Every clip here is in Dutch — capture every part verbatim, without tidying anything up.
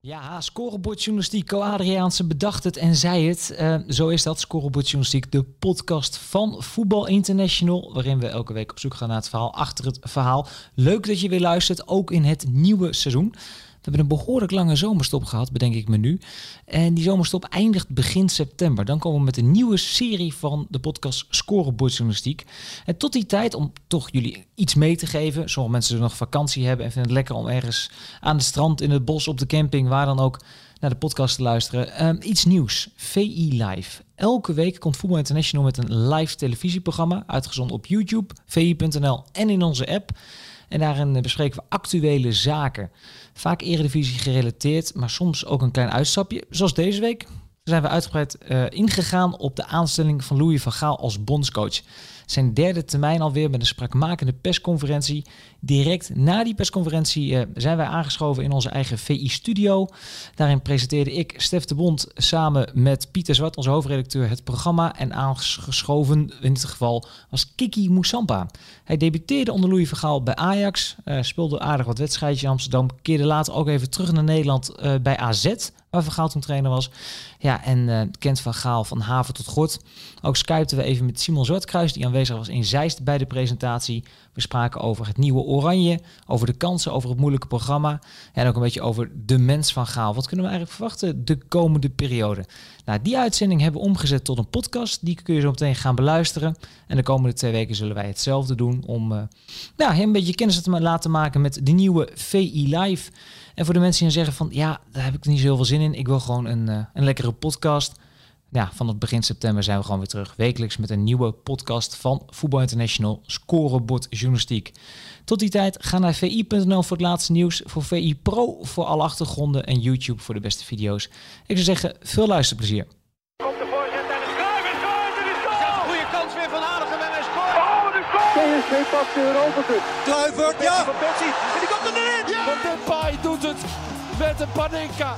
Ja, scorebordjournalistiek. Co Adriaanse bedacht het en zei het. Uh, zo is dat, scorebordjournalistiek, de podcast van Voetbal International, waarin we elke week op zoek gaan naar het verhaal achter het verhaal. Leuk dat je weer luistert, ook in het nieuwe seizoen. We hebben een behoorlijk lange zomerstop gehad, bedenk ik me nu. En die zomerstop eindigt begin september. Dan komen we met een nieuwe serie van de podcast Scorebordjournalistiek. En tot die tijd, om toch jullie iets mee te geven. Sommige mensen zullen nog vakantie hebben en vinden het lekker om ergens aan het strand, in het bos, op de camping, waar dan ook, naar de podcast te luisteren. Um, iets nieuws, V I Live. Elke week komt Voetbal International met een live televisieprogramma, uitgezonden op YouTube, v i punt n l en in onze app. En daarin bespreken we actuele zaken. Vaak Eredivisie gerelateerd, maar soms ook een klein uitstapje. Zoals deze week zijn we uitgebreid uh, ingegaan op de aanstelling van Louis van Gaal als bondscoach. Zijn derde termijn alweer met een spraakmakende persconferentie. Direct na die persconferentie uh, zijn wij aangeschoven in onze eigen V I-studio. Daarin presenteerde ik, Stef de Bond, samen met Pieter Zwart, onze hoofdredacteur, het programma. En aangeschoven in dit geval was Kiki Moussampa. Hij debuteerde onder Louis van Gaal bij Ajax. Uh, speelde aardig wat wedstrijdjes in Amsterdam. Keerde later ook even terug naar Nederland uh, bij A Z, waar Van Gaal toen trainer was. Ja, en uh, kent Van Gaal van haven tot gort. Ook skypten we even met Simon Zwartkruis, die aanwezig was in Zeist bij de presentatie. We spraken over het nieuwe Oranje, over de kansen, over het moeilijke programma. En ook een beetje over de mens van Gaal. Wat kunnen we eigenlijk verwachten de komende periode? Nou, die uitzending hebben we omgezet tot een podcast. Die kun je zo meteen gaan beluisteren. En de komende twee weken zullen wij hetzelfde doen om uh, nou, hem een beetje kennis te laten maken met de nieuwe V I Live. En voor de mensen die dan zeggen van, ja, daar heb ik niet zo heel veel zin in. Ik wil gewoon een, uh, een lekkere podcast. Ja, van het begin september zijn we gewoon weer terug. Wekelijks met een nieuwe podcast van Voetbal International, Scorebordjournalistiek. Tot die tijd, ga naar v i punt n l voor het laatste nieuws. Voor V I Pro voor alle achtergronden en YouTube voor de beste video's. Ik zou zeggen, veel luisterplezier. Komt de voorzet en de Cruijff is goal! Dit is goal! Een goede kans weer van Aardigem en hij scoort! Oh, de goal! P S V pakt de Europa Cup. Kluivert, ja! Van Persie, en die komt erin! Ja! Van Depay doet het met een Panenka.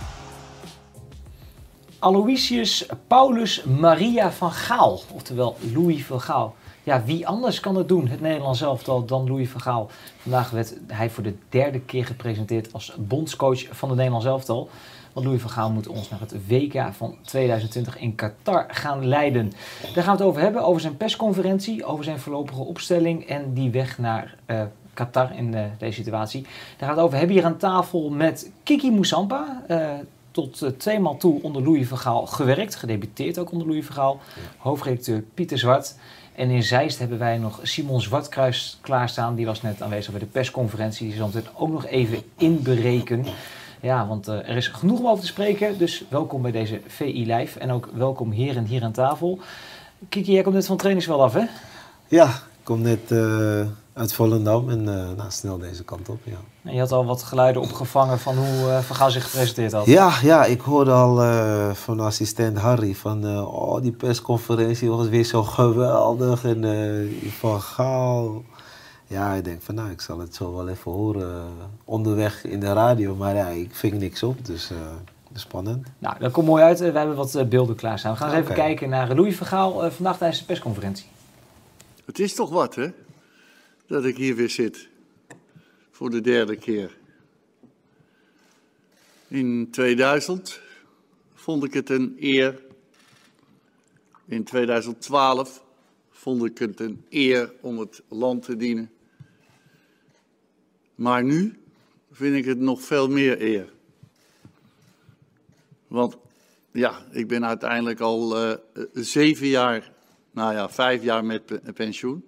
Aloysius Paulus Maria van Gaal, oftewel Louis van Gaal. Ja, wie anders kan het doen, het Nederlands elftal, dan Louis van Gaal. Vandaag werd hij voor de derde keer gepresenteerd als bondscoach van het Nederlands elftal. Want Louis van Gaal moet ons naar het W K van tweeduizend twintig in Qatar gaan leiden. Daar gaan we het over hebben, over zijn persconferentie, over zijn voorlopige opstelling en die weg naar uh, Qatar in uh, deze situatie. Daar gaan we het over hebben hier aan tafel met Kiki Moussampa. Uh, tot uh, tweemaal toe onder Louis van Gaal gewerkt. Gedebuteerd ook onder Louis van Gaal. Hoofdredacteur Pieter Zwart. En in Zeist hebben wij nog Simon Zwartkruis klaarstaan. Die was net aanwezig bij de persconferentie. Die zal het ook nog even inbereken. Ja, want uh, er is genoeg om over te spreken. Dus welkom bij deze V I Live. En ook welkom heren hier aan tafel. Kiki, jij komt net van trainingsveld af, hè? Ja, ik kom net uh, uit Volendam en uh, nou, snel deze kant op, ja. En je had al wat geluiden opgevangen van hoe uh, Van Gaal zich gepresenteerd had. Ja, ja, ik hoorde al uh, van assistent Harry van, uh, oh, die persconferentie was weer zo geweldig. En uh, Van Gaal, ja, ik denk van, nou, ik zal het zo wel even horen uh, onderweg in de radio. Maar ja, ik ving niks op, dus uh, spannend. Nou, dat komt mooi uit. We hebben wat uh, beelden klaarstaan. We gaan eens Okay. even kijken naar Louis van Gaal uh, vandaag tijdens de persconferentie. Het is toch wat, hè? Dat ik hier weer zit. Voor de derde keer. In tweeduizend vond ik het een eer. In tweeduizend twaalf vond ik het een eer om het land te dienen. Maar nu vind ik het nog veel meer eer. Want ja, ik ben uiteindelijk al uh, zeven jaar, nou ja, vijf jaar met pe- pensioen.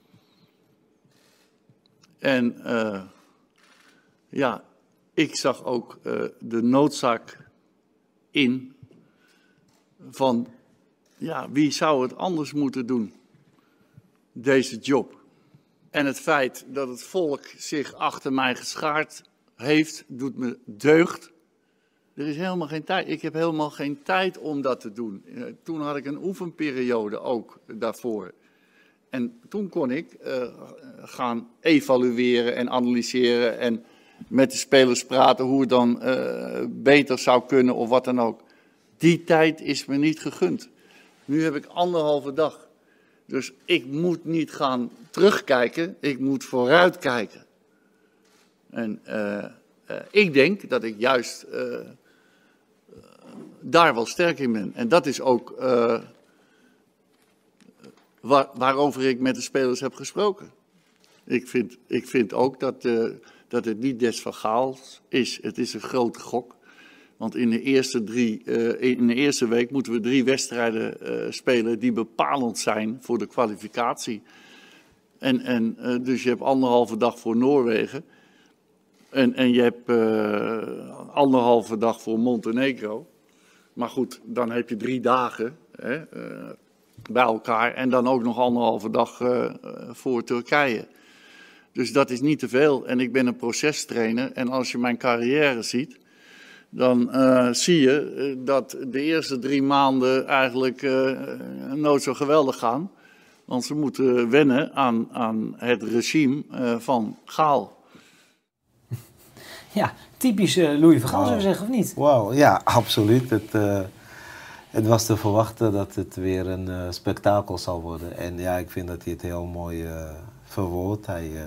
En uh, ja, ik zag ook uh, de noodzaak in van, ja, wie zou het anders moeten doen, deze job. En het feit dat het volk zich achter mij geschaard heeft, doet me deugd. Er is helemaal geen tijd. Ik heb helemaal geen tijd om dat te doen. Uh, toen had ik een oefenperiode ook daarvoor. En toen kon ik uh, gaan evalueren en analyseren en met de spelers praten hoe het dan uh, beter zou kunnen of wat dan ook. Die tijd is me niet gegund. Nu heb ik anderhalve dag. Dus ik moet niet gaan terugkijken, ik moet vooruitkijken. En uh, uh, ik denk dat ik juist uh, uh, daar wel sterk in ben. En dat is ook uh, waar, waarover ik met de spelers heb gesproken. Ik vind, ik vind ook dat, uh, dat het niet des van Gaals is. Het is een grote gok. Want in de eerste, drie, uh, in de eerste week moeten we drie wedstrijden uh, spelen die bepalend zijn voor de kwalificatie. En, en, uh, dus je hebt anderhalve dag voor Noorwegen. En, en je hebt uh, anderhalve dag voor Montenegro. Maar goed, dan heb je drie dagen hè, uh, bij elkaar. En dan ook nog anderhalve dag uh, voor Turkije. Dus dat is niet te veel. En ik ben een procestrainer. En als je mijn carrière ziet, dan uh, zie je uh, dat de eerste drie maanden eigenlijk uh, nooit zo geweldig gaan. Want ze moeten wennen aan, aan het regime uh, van Gaal. Ja, typisch uh, Louis van Gaal, wow. zou je zeggen, of niet? Wauw, ja, absoluut. Het, uh, het was te verwachten dat het weer een uh, spektakel zal worden. En ja, ik vind dat hij het heel mooi uh, verwoordt. Hij uh,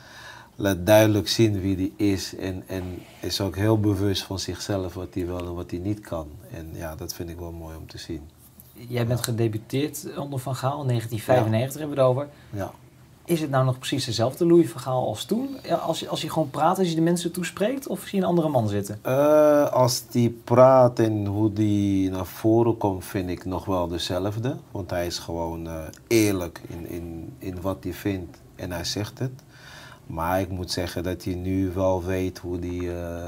laat duidelijk zien wie hij is en, en is ook heel bewust van zichzelf wat hij wel en wat hij niet kan. En ja, dat vind ik wel mooi om te zien. Jij bent gedebuteerd onder Van Gaal, in negentien vijfennegentig ja. hebben we het over. Ja. Is het nou nog precies dezelfde Louis van Gaal als toen? Als je, als je gewoon praat, als je de mensen toespreekt, of zie je een andere man zitten? Uh, als die praat en hoe die naar voren komt, vind ik nog wel dezelfde. Want hij is gewoon uh, eerlijk in, in, in wat hij vindt en hij zegt het. Maar ik moet zeggen dat hij nu wel weet hoe hij uh,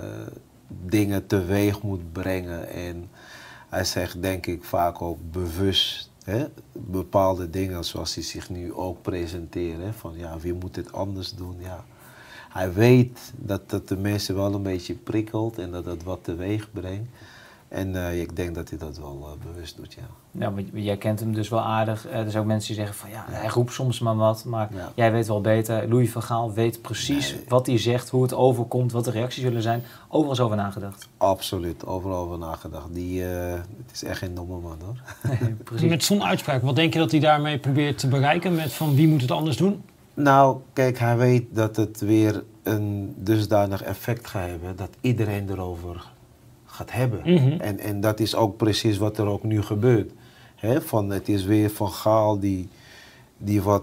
dingen teweeg moet brengen. En hij zegt denk ik vaak ook bewust hè, bepaalde dingen zoals hij zich nu ook presenteert. Hè, van ja, wie moet dit anders doen? Ja. Hij weet dat dat de mensen wel een beetje prikkelt en dat dat wat teweeg brengt. En uh, ik denk dat hij dat wel uh, bewust doet, ja. Ja, maar jij kent hem dus wel aardig. Uh, er zijn ook mensen die zeggen van ja, hij roept soms maar wat. Maar ja. jij weet wel beter. Louis van Gaal weet precies nee. wat hij zegt, hoe het overkomt, wat de reacties zullen zijn. Overal is over nagedacht. Absoluut, overal over nagedacht. Die, uh, het is echt geen domme man, hoor. Nee, precies. Met zo'n uitspraak, wat denk je dat hij daarmee probeert te bereiken? Met van wie moet het anders doen? Nou, kijk, hij weet dat het weer een dusdanig effect gaat hebben dat iedereen erover gaat hebben. Mm-hmm. En, en dat is ook precies wat er ook nu gebeurt. He, van, het is weer Van Gaal die, die wat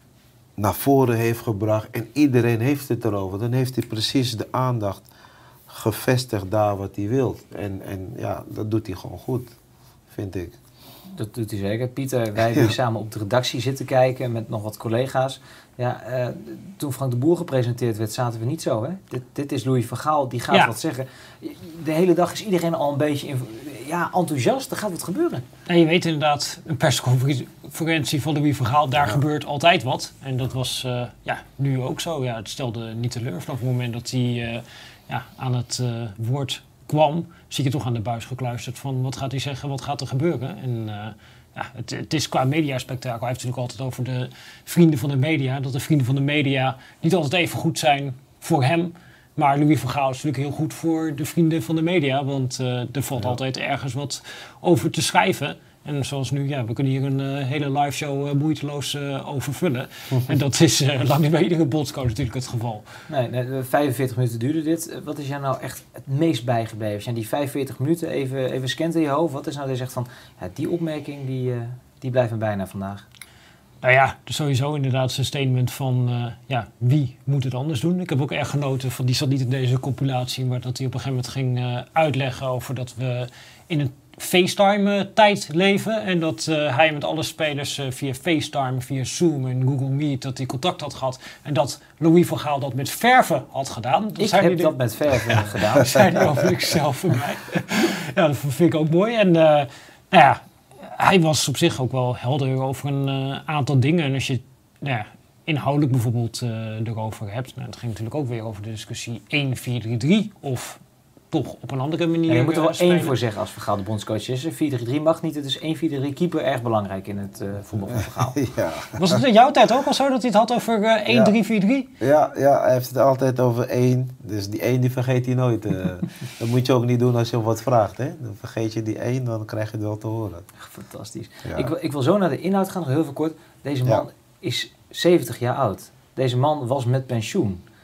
naar voren heeft gebracht en iedereen heeft het erover. Dan heeft hij precies de aandacht gevestigd daar wat hij wil. En, en ja, dat doet hij gewoon goed, vind ik. Dat doet hij zeker. Pieter, wij hebben ja. samen op de redactie zitten kijken met nog wat collega's. Ja, uh, toen Frank de Boer gepresenteerd werd, zaten we niet zo. Hè? Dit, dit is Louis van Gaal, die gaat ja. wat zeggen. De hele dag is iedereen al een beetje in, ja, enthousiast. Er gaat wat gebeuren. En je weet inderdaad, een persconferentie van Louis van Gaal, daar ja. gebeurt altijd wat. En dat was uh, ja, nu ook zo. Ja, het stelde niet teleur vanaf het moment dat hij uh, ja, aan het uh, woord kwam. Zie je toch aan de buis gekluisterd van wat gaat hij zeggen, wat gaat er gebeuren. En uh, ja, het, het is qua mediaspectakel. Hij heeft het natuurlijk altijd over de vrienden van de media. Dat de vrienden van de media niet altijd even goed zijn voor hem. Maar Louis van Gaal is natuurlijk heel goed voor de vrienden van de media. Want uh, er valt ja. altijd ergens wat over te schrijven. En zoals nu, ja, we kunnen hier een uh, hele live show uh, moeiteloos uh, over vullen. en dat is uh, lang niet bij iedere bondscoach natuurlijk het geval. Nee, nee, vijfenveertig minuten duurde dit. Uh, wat is jou nou echt het meest bijgebleven? Als je die vijfenveertig minuten even, even scant in je hoofd. Wat is nou dat je zegt van, ja, die opmerking die, uh, die blijft me bijna vandaag? Nou ja, sowieso inderdaad zijn statement van, uh, ja, wie moet het anders doen? Ik heb ook erg genoten van, die zat niet in deze compilatie, maar dat hij op een gegeven moment ging uh, uitleggen over dat we in een FaceTime-tijd leven en dat uh, hij met alle spelers uh, via FaceTime, via Zoom en Google Meet, dat hij contact had gehad en dat Louis van Gaal dat met verven had gedaan. Dat ik heb dat de... met verven ja. gedaan. Dat zei hij over zichzelf voor mij. Ja, dat vind ik ook mooi. En uh, nou ja, hij was op zich ook wel helder over een uh, aantal dingen. En als je nou ja, inhoudelijk bijvoorbeeld uh, erover hebt, nou, het ging natuurlijk ook weer over de discussie één vier drie drie of toch op een andere manier. Ja, je moet er wel spelen. één voor zeggen als Van Gaal de bondscoach is. vier drie drie mag niet, het is één vier drie keeper erg belangrijk in het uh, voetbal van Van Gaal. ja. Was het in jouw tijd ook al zo dat hij het had over uh, één drie vier drie? Ja, ja, hij heeft het altijd over één. Dus die één die vergeet hij nooit. Uh, dat moet je ook niet doen als je hem wat vraagt. Hè? Dan vergeet je die één, dan krijg je het wel te horen. Fantastisch. Ja. Ik, wil, ik wil zo naar de inhoud gaan, nog heel veel kort. Deze man ja. is zeventig jaar oud. Deze man was met pensioen.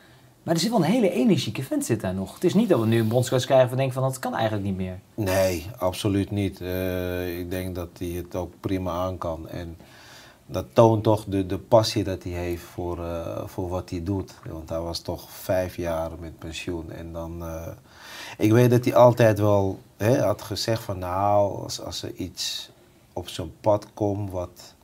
Maar er zit wel een hele energieke vent zit daar nog. Het is niet dat we nu een bondscoach krijgen van denken van dat kan eigenlijk niet meer. Nee, absoluut niet. Uh, ik denk dat hij het ook prima aan kan. En dat toont toch de, de passie dat hij heeft voor, uh, voor wat hij doet. Want hij was toch vijf jaar met pensioen. En dan, uh, ik weet dat hij altijd wel hè, had gezegd van nou, als, als er iets op zijn pad komt wat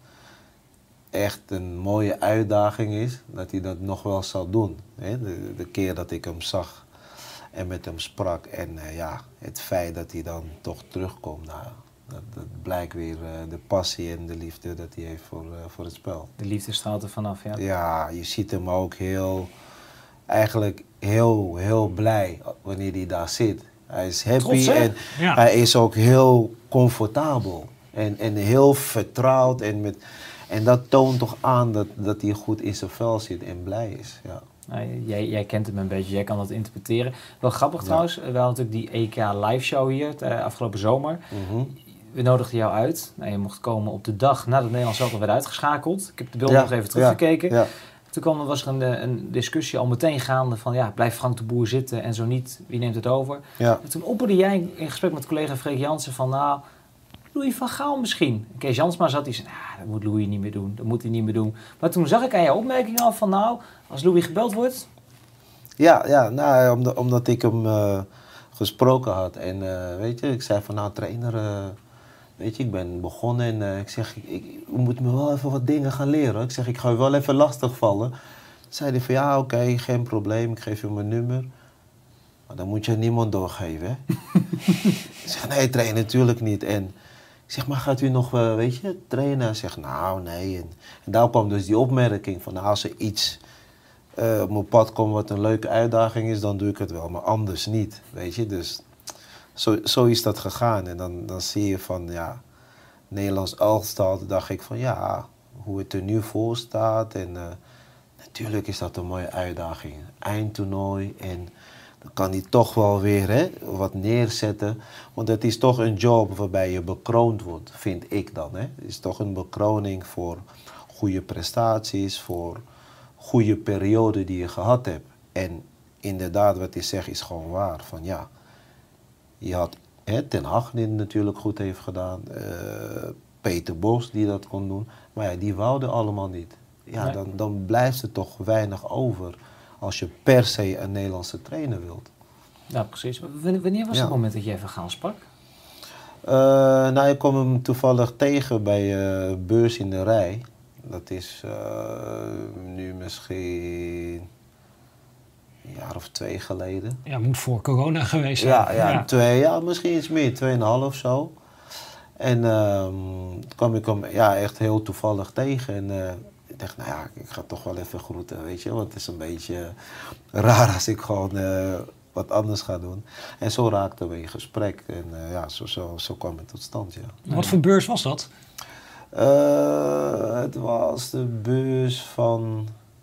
echt een mooie uitdaging is, dat hij dat nog wel zal doen. Hè? De, de keer dat ik hem zag en met hem sprak en uh, ja, het feit dat hij dan toch terugkomt, nou, dat, dat blijkt weer uh, de passie en de liefde dat hij heeft voor, uh, voor het spel. De liefde straalt er vanaf, ja. Ja, je ziet hem ook heel, eigenlijk heel, heel blij wanneer hij daar zit. Hij is happy Trots, en ja. Hij is ook heel comfortabel en, en heel vertrouwd en met... En dat toont toch aan dat, dat hij goed in zijn vel zit en blij is. Ja. Nou, jij, jij kent hem een beetje, jij kan dat interpreteren. Wel grappig ja. trouwens, we hadden natuurlijk die E K live show hier de afgelopen zomer. Mm-hmm. We nodigden jou uit. Nou, je mocht komen op de dag nadat het Nederlands elftal werd uitgeschakeld. Ik heb de beelden ja. nog even teruggekeken. Ja. Ja. Toen kwam, was er een, een discussie al meteen gaande van ja, blijft Frank de Boer zitten en zo niet, wie neemt het over? Ja. En toen opperde jij in gesprek met collega Freek Jansen van nou, Louis van Gaal misschien. Kees Jansma zat, die zei, nah, dat moet Louis niet meer doen, dat moet hij niet meer doen. Maar toen zag ik aan jouw opmerking al van nou, als Louis gebeld wordt... Ja, ja nou, omdat, omdat ik hem uh, gesproken had en uh, weet je, ik zei van nou trainer, uh, weet je, ik ben begonnen en uh, ik zeg, ik, ik moet me wel even wat dingen gaan leren. Ik zeg, ik ga je wel even lastig vallen. Toen zei hij van ja, oké, okay, geen probleem, ik geef je mijn nummer. Maar dan moet je niemand doorgeven, hè? Ik zeg, nee trainer, natuurlijk niet. En ik zeg, maar gaat u nog, uh, weet je, trainen? Hij zegt, nou, nee. En, en daar kwam dus die opmerking van, nou, als er iets uh, op mijn pad komt wat een leuke uitdaging is, dan doe ik het wel, maar anders niet, weet je. Dus zo, zo is dat gegaan. En dan, dan zie je van, ja, Nederlands elftal, dacht ik van, ja, hoe het er nu voor staat. En uh, natuurlijk is dat een mooie uitdaging. Eindtoernooi en... Dan kan hij toch wel weer hè, wat neerzetten. Want het is toch een job waarbij je bekroond wordt, vind ik dan. Hè. Het is toch een bekroning voor goede prestaties, voor goede perioden die je gehad hebt. En inderdaad, wat hij zegt is gewoon waar. Van ja, je had hè, Ten Hag die het natuurlijk goed heeft gedaan. Uh, Peter Bos die dat kon doen. Maar ja, die wouden allemaal niet. Ja, nee. dan, dan blijft er toch weinig over. Als je per se een Nederlandse trainer wilt. Ja, precies. Wanneer was ja. het moment dat jij Van Gaal sprak? Uh, nou, ik kwam hem toevallig tegen bij uh, Beurs in de Rij. Dat is uh, nu misschien een jaar of twee geleden. Ja, moet voor corona geweest zijn. Ja, ja, ja. Twee, ja misschien iets meer, tweeënhalf of zo. En uh, toen kwam ik hem ja, echt heel toevallig tegen. En, uh, ik dacht, nou ja, ik ga toch wel even groeten, weet je. Want het is een beetje raar als ik gewoon uh, wat anders ga doen. En zo raakten we in gesprek. En uh, ja, zo, zo, zo kwam het tot stand, ja. Wat voor beurs was dat? Uh, het was de beurs van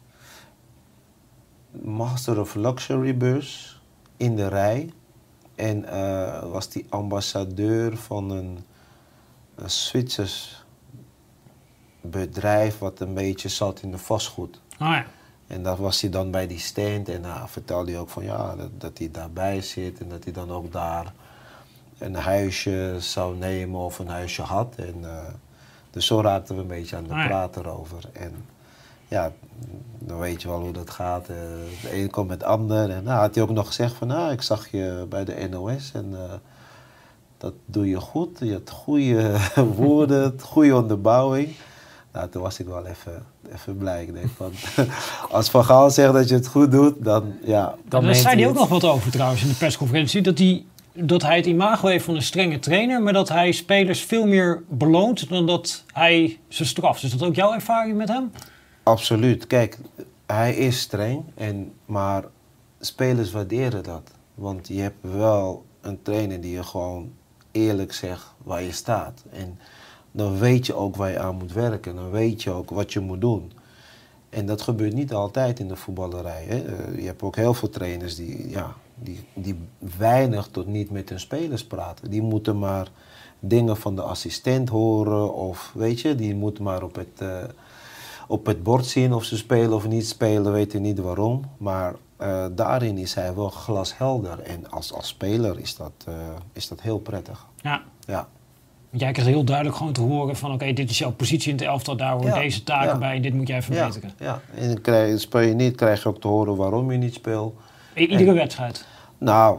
Master of Luxury beurs in de Rij. En uh, was die ambassadeur van een, een Zwitsers bedrijf wat een beetje zat in de vastgoed. Oh ja. En daar was hij dan bij die stand en nou, vertelde hij ook van ja, dat, dat hij daarbij zit en dat hij dan ook daar een huisje zou nemen of een huisje had. En, uh, dus zo raakten we een beetje aan de oh ja. praten erover. En ja, dan weet je wel hoe dat gaat. Uh, de een komt met de ander. En nou, had hij ook nog gezegd van nou, ik zag je bij de N O S en uh, dat doe je goed. Je hebt goede woorden, goede onderbouwing. Nou, toen was ik wel even, even blij. Ik denk van, als Van Gaal zegt dat je het goed doet, dan ja. Dan Daar zei hij ook nog wat over trouwens in de persconferentie. Dat hij, dat hij het imago heeft van een strenge trainer, maar dat hij spelers veel meer beloont dan dat hij ze straft. Is dat ook jouw ervaring met hem? Absoluut. Kijk, hij is streng, en, maar spelers waarderen dat. Want je hebt wel een trainer die je gewoon eerlijk zegt waar je staat. En dan weet je ook waar je aan moet werken. Dan weet je ook wat je moet doen. En dat gebeurt niet altijd in de voetballerij. Hè. Je hebt ook heel veel trainers die, ja, die, die weinig tot niet met hun spelers praten. Die moeten maar dingen van de assistent horen. Of weet je, die moeten maar op het, uh, op het bord zien of ze spelen of niet spelen, weten niet waarom. Maar uh, daarin is hij wel glashelder. En als, als speler is dat, uh, is dat heel prettig. Ja. Ja. Want jij krijgt heel duidelijk gewoon te horen van oké, okay, dit is jouw positie in het elftal, daar horen ja. deze taken ja. bij en dit moet jij verbeteren. Ja, ja. En dan krijg, speel je niet, krijg je ook te horen waarom je niet speelt. I- iedere en, wedstrijd? Nou,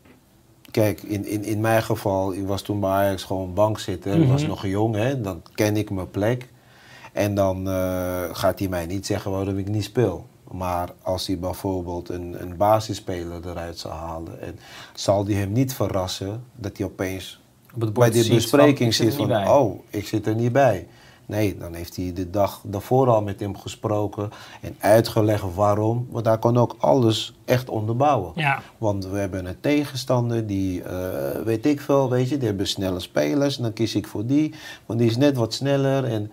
kijk, in, in, in mijn geval, ik was toen bij Ajax gewoon bankzitter. Ik mm-hmm. was nog jong, hè, dan ken ik mijn plek. En dan uh, gaat hij mij niet zeggen waarom ik niet speel. Maar als hij bijvoorbeeld een, een basisspeler eruit zou halen, en zal hij hem niet verrassen dat hij opeens bij die bespreking zit van, van oh, ik zit er niet bij. Nee, dan heeft hij de dag daarvoor al met hem gesproken en uitgelegd waarom. Want daar kon ook alles echt onderbouwen. Ja. Want we hebben een tegenstander die, uh, weet ik veel, weet je, die hebben snelle spelers. En dan kies ik voor die, want die is net wat sneller en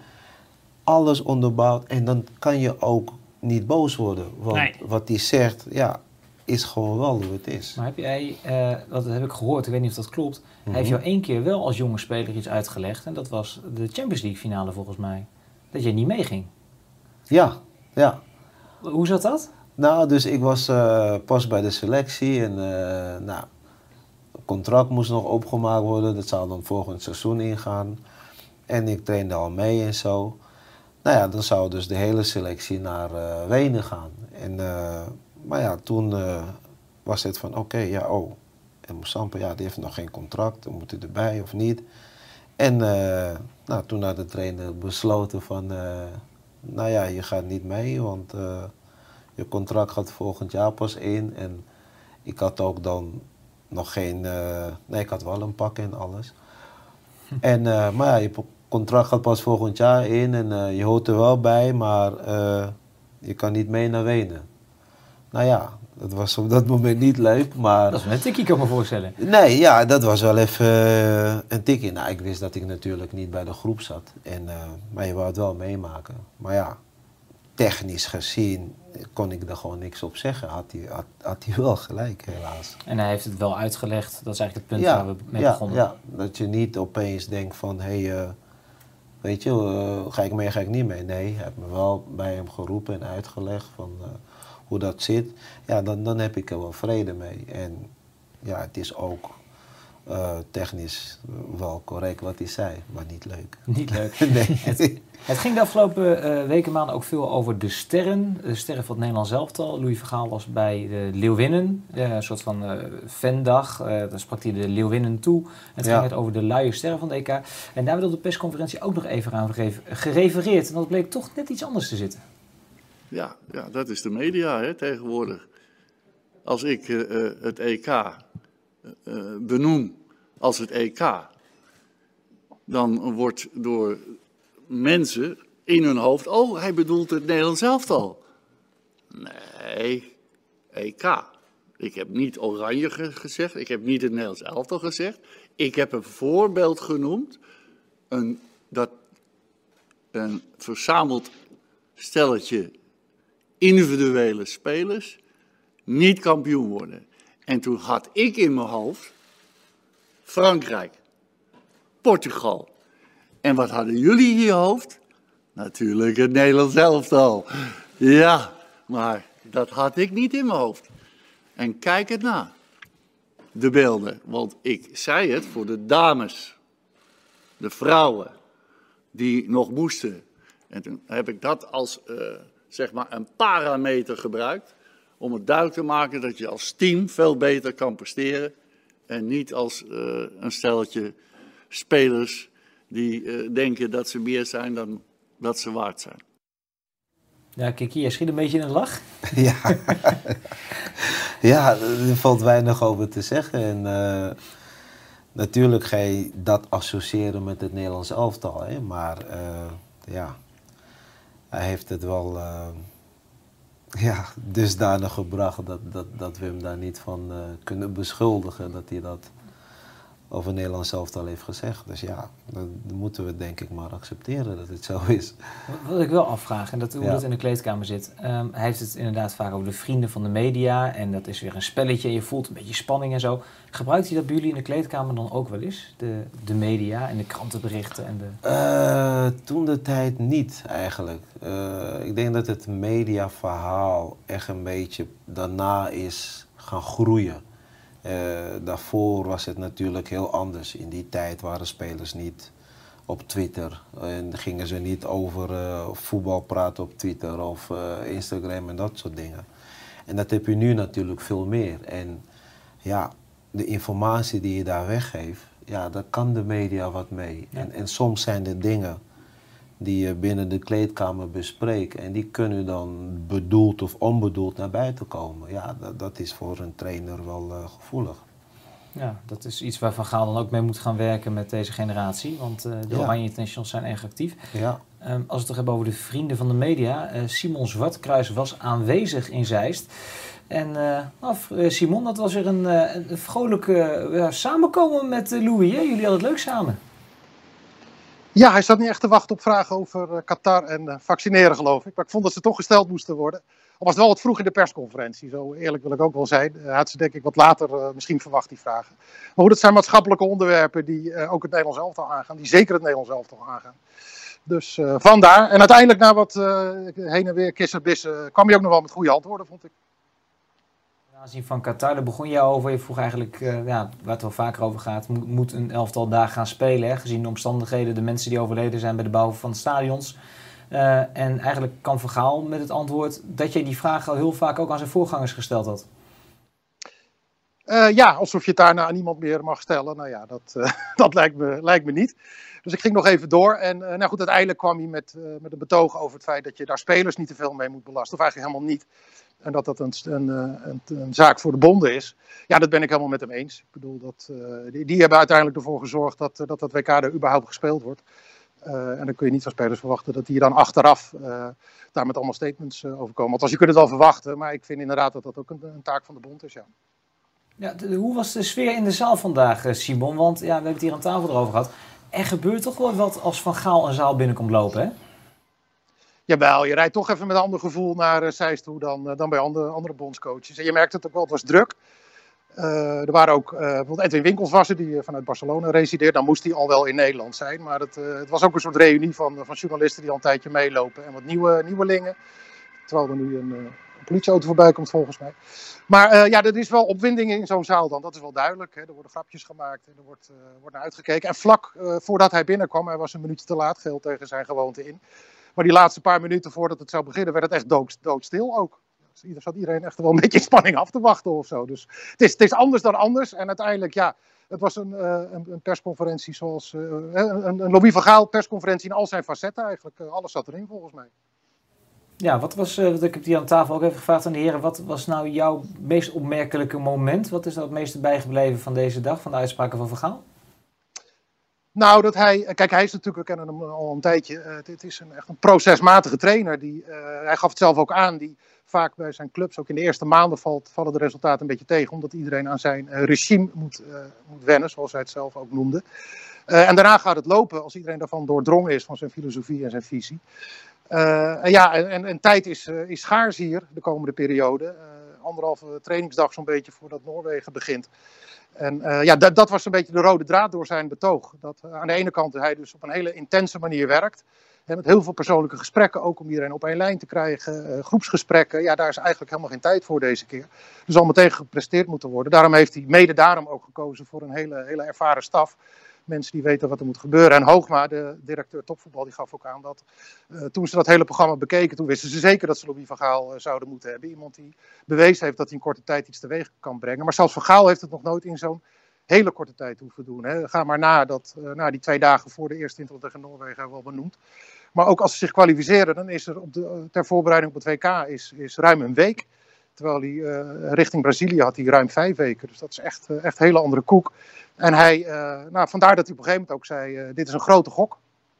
alles onderbouwd. En dan kan je ook niet boos worden. Want nee. wat hij zegt, ja, is gewoon wel hoe het is. Maar heb jij, uh, dat heb ik gehoord, ik weet niet of dat klopt. Mm-hmm. Hij heeft jou één keer wel als jonge speler iets uitgelegd. En dat was de Champions League finale volgens mij. Dat jij niet meeging. Ja, ja. Hoe zat dat? Nou, dus ik was uh, pas bij de selectie. En uh, nou, het contract moest nog opgemaakt worden. Dat zou dan volgend seizoen ingaan. En ik trainde al mee en zo. Nou ja, dan zou dus de hele selectie naar uh, Wenen gaan. En... Uh, Maar ja, toen uh, was het van oké, okay, ja, oh. En Moussampa, ja, die heeft nog geen contract, dan moet hij erbij of niet. En uh, nou, toen had de trainer besloten van, uh, nou ja, je gaat niet mee, want uh, je contract gaat volgend jaar pas in. En ik had ook dan nog geen, uh, nee, ik had wel een pak en alles. Hm. En, uh, maar ja, je contract gaat pas volgend jaar in en uh, je hoort er wel bij, maar uh, je kan niet mee naar Wenen. Nou ja, dat was op dat moment niet leuk, maar... Dat is wel een tikkie, kan ik me voorstellen. Nee, ja, dat was wel even uh, een tikkie. Nou, ik wist dat ik natuurlijk niet bij de groep zat. En, uh, maar je wou het wel meemaken. Maar ja, technisch gezien kon ik er gewoon niks op zeggen. Had hij, had, had hij wel gelijk, helaas. En hij heeft het wel uitgelegd. Dat is eigenlijk het punt ja, waar we mee ja, begonnen. Ja, dat je niet opeens denkt van, hé, hey, uh, weet je, uh, ga ik mee, ga ik niet mee. Nee, hij heeft me wel bij hem geroepen en uitgelegd van... Uh, hoe dat zit, ja, dan, dan heb ik er wel vrede mee. En ja, het is ook uh, technisch wel correct wat hij zei, maar niet leuk. Niet leuk. Nee. Het, het ging de afgelopen uh, weken, maanden ook veel over de sterren. De sterren van het Nederlands elftal. Louis van Gaal was bij de Leeuwinnen, uh, een soort van uh, fandag. Uh, daar sprak hij de Leeuwinnen toe. Het ja. ging het over de luie sterren van de E K. En daar werd op de persconferentie ook nog even aan gerefereerd. En dat bleek toch net iets anders te zitten. Ja, ja, dat is de media hè, tegenwoordig. Als ik uh, het E K uh, benoem als het E K, dan wordt door mensen in hun hoofd, oh, hij bedoelt het Nederlands elftal. Nee, E K. Ik heb niet Oranje ge- gezegd, ik heb niet het Nederlands elftal gezegd. Ik heb een voorbeeld genoemd, een, dat een verzameld stelletje individuele spelers niet kampioen worden. En toen had ik in mijn hoofd Frankrijk, Portugal. En wat hadden jullie in je hoofd? Natuurlijk het Nederlands elftal. Ja, maar dat had ik niet in mijn hoofd. En kijk het na. De beelden. Want ik zei het voor de dames, de vrouwen, die nog moesten. En toen heb ik dat als... Uh, zeg maar een parameter gebruikt om het duidelijk te maken dat je als team veel beter kan presteren en niet als uh, een stelletje spelers die uh, denken dat ze meer zijn dan dat ze waard zijn. Ja, kijk hier, je schiet een beetje in een lach. Ja, ja, er valt weinig over te zeggen. En uh, natuurlijk ga je dat associëren met het Nederlands elftal, hè? Maar uh, ja... Hij heeft het wel uh, ja, dusdanig gebracht dat, dat, dat we hem daar niet van uh, kunnen beschuldigen dat hij dat over Nederland zelf al heeft gezegd. Dus ja, dan moeten we denk ik maar accepteren dat het zo is. Wat ik wel afvraag, en dat hoe Ja. het in de kleedkamer zit. Um, hij heeft het inderdaad vaak over de vrienden van de media. En dat is weer een spelletje. En je voelt een beetje spanning en zo. Gebruikt hij dat bij jullie in de kleedkamer dan ook wel eens? De, de media en de krantenberichten en de... Uh, toen de tijd niet eigenlijk. Uh, ik denk dat het mediaverhaal echt een beetje daarna is gaan groeien. Uh, daarvoor was het natuurlijk heel anders. In die tijd waren spelers niet op Twitter. En gingen ze niet over uh, voetbal praten op Twitter of uh, Instagram en dat soort dingen. En dat heb je nu natuurlijk veel meer. En ja, de informatie die je daar weggeeft, ja, daar kan de media wat mee. Ja. En, en soms zijn er dingen die je binnen de kleedkamer bespreekt en die kunnen dan bedoeld of onbedoeld naar buiten komen. Ja, dat, dat is voor een trainer wel uh, gevoelig. Ja, dat is iets waar Van Gaal dan ook mee moet gaan werken met deze generatie, want uh, de ja. Oranje Internationals zijn erg actief. Ja. Um, als we het toch hebben over de vrienden van de media, uh, Simon Zwartkruis was aanwezig in Zeist. En uh, nou, Simon, dat was weer een, uh, een vrolijke uh, samenkomen met uh, Louis. Hè? Jullie hadden het leuk samen. Ja, hij zat niet echt te wachten op vragen over uh, Qatar en uh, vaccineren, geloof ik. Maar ik vond dat ze toch gesteld moesten worden. Al was het wel wat vroeg in de persconferentie, zo eerlijk wil ik ook wel zijn. Uh, had ze denk ik wat later uh, misschien verwacht, die vragen. Maar hoe, dat zijn maatschappelijke onderwerpen die uh, ook het Nederlands elftal aangaan. Die zeker het Nederlands elftal aangaan. Dus uh, vandaar. En uiteindelijk na wat uh, heen en weer kissen bissen kwam hij ook nog wel met goede antwoorden, vond ik. Ten aanzien van Qatar, daar begon je over. Je vroeg eigenlijk, uh, ja, waar het wel vaker over gaat, moet, moet een elftal daar gaan spelen, hè? Gezien de omstandigheden, de mensen die overleden zijn bij de bouw van de stadions. Uh, en eigenlijk kan Van Gaal met het antwoord dat je die vraag al heel vaak ook aan zijn voorgangers gesteld had. Uh, ja, alsof je het daarna aan niemand meer mag stellen. Nou ja, dat, uh, dat lijkt, me, lijkt me niet. Dus ik ging nog even door. En uh, nou goed, uiteindelijk kwam hij met, uh, met een betoog over het feit dat je daar spelers niet te veel mee moet belasten. Of eigenlijk helemaal niet. En dat dat een, een, een, een zaak voor de bonden is. Ja, dat ben ik helemaal met hem eens. Ik bedoel, dat, uh, die, die hebben uiteindelijk ervoor gezorgd dat dat, dat W K er überhaupt gespeeld wordt. Uh, en dan kun je niet van spelers verwachten dat die dan achteraf uh, daar met allemaal statements uh, over komen. Althans, je kunt het wel verwachten, maar ik vind inderdaad dat dat ook een, een taak van de bond is, ja. Ja, de, hoe was de sfeer in de zaal vandaag, Simon? Want ja, we hebben het hier aan tafel erover gehad. Er gebeurt toch wel wat als Van Gaal een zaal binnenkomt lopen, hè? Jawel, je rijdt toch even met een ander gevoel naar uh, Zeist toe dan, uh, dan bij andere, andere bondscoaches. En je merkt het ook wel, het was druk. Uh, er waren ook, uh, bijvoorbeeld Edwin Winkels was er, die uh, vanuit Barcelona resideert. Dan moest hij al wel in Nederland zijn. Maar het, uh, het was ook een soort reunie van, van journalisten die al een tijdje meelopen. En wat nieuwe, nieuwelingen. Terwijl er nu een, uh, een politieauto voorbij komt volgens mij. Maar uh, ja, er is wel opwinding in zo'n zaal dan. Dat is wel duidelijk. Hè. Er worden grapjes gemaakt en er wordt, uh, wordt naar uitgekeken. En vlak uh, voordat hij binnenkwam, hij was een minuutje te laat, geheel tegen zijn gewoonte in. Maar die laatste paar minuten voordat het zou beginnen, werd het echt dood, doodstil ook. Dus zat iedereen echt wel een beetje in spanning af te wachten of zo. Dus het is, het is anders dan anders. En uiteindelijk, ja, het was een, uh, een, een persconferentie zoals... Uh, een, een Louis van Gaal persconferentie in al zijn facetten eigenlijk. Uh, alles zat erin volgens mij. Ja, wat was, uh, ik heb die aan tafel ook even gevraagd aan de heren. Wat was nou jouw meest opmerkelijke moment? Wat is nou het meeste bijgebleven van deze dag, van de uitspraken van Van Gaal? Nou, dat hij... Kijk, hij is natuurlijk, we kennen hem al een tijdje. Uh, het is een, echt een procesmatige trainer. Die, uh, hij gaf het zelf ook aan, die vaak bij zijn clubs, ook in de eerste maanden, valt, vallen de resultaten een beetje tegen. Omdat iedereen aan zijn uh, regime moet, uh, moet wennen, zoals hij het zelf ook noemde. Uh, en daarna gaat het lopen, als iedereen daarvan doordrongen is van zijn filosofie en zijn visie. Uh, en ja, en, en tijd is, uh, is schaars hier, de komende periode. Uh, anderhalve trainingsdag zo'n beetje voordat Noorwegen begint. En uh, ja, dat, dat was een beetje de rode draad door zijn betoog. Dat uh, aan de ene kant hij dus op een hele intense manier werkt. Hè, met heel veel persoonlijke gesprekken, ook om iedereen op één lijn te krijgen. Uh, groepsgesprekken, ja, daar is eigenlijk helemaal geen tijd voor deze keer. Er zal meteen gepresteerd moeten worden. Daarom heeft hij mede daarom ook gekozen voor een hele, hele ervaren staf. Mensen die weten wat er moet gebeuren. En Hoogma, de directeur topvoetbal, die gaf ook aan dat uh, toen ze dat hele programma bekeken, toen wisten ze zeker dat ze Louis van Gaal uh, zouden moeten hebben. Iemand die bewezen heeft dat hij in korte tijd iets teweeg kan brengen. Maar zelfs Van Gaal heeft het nog nooit in zo'n hele korte tijd hoeven doen. Hè. Ga maar na, dat, uh, na die twee dagen voor de eerste interland tegen Noorwegen wel benoemd. Maar ook als ze zich kwalificeren, dan is er op de, ter voorbereiding op het W K is, is ruim een week. Terwijl hij uh, richting Brazilië had hij ruim vijf weken. Dus dat is echt een echt hele andere koek. En hij, uh, nou, vandaar dat hij op een gegeven moment ook zei, uh, dit is een grote gok.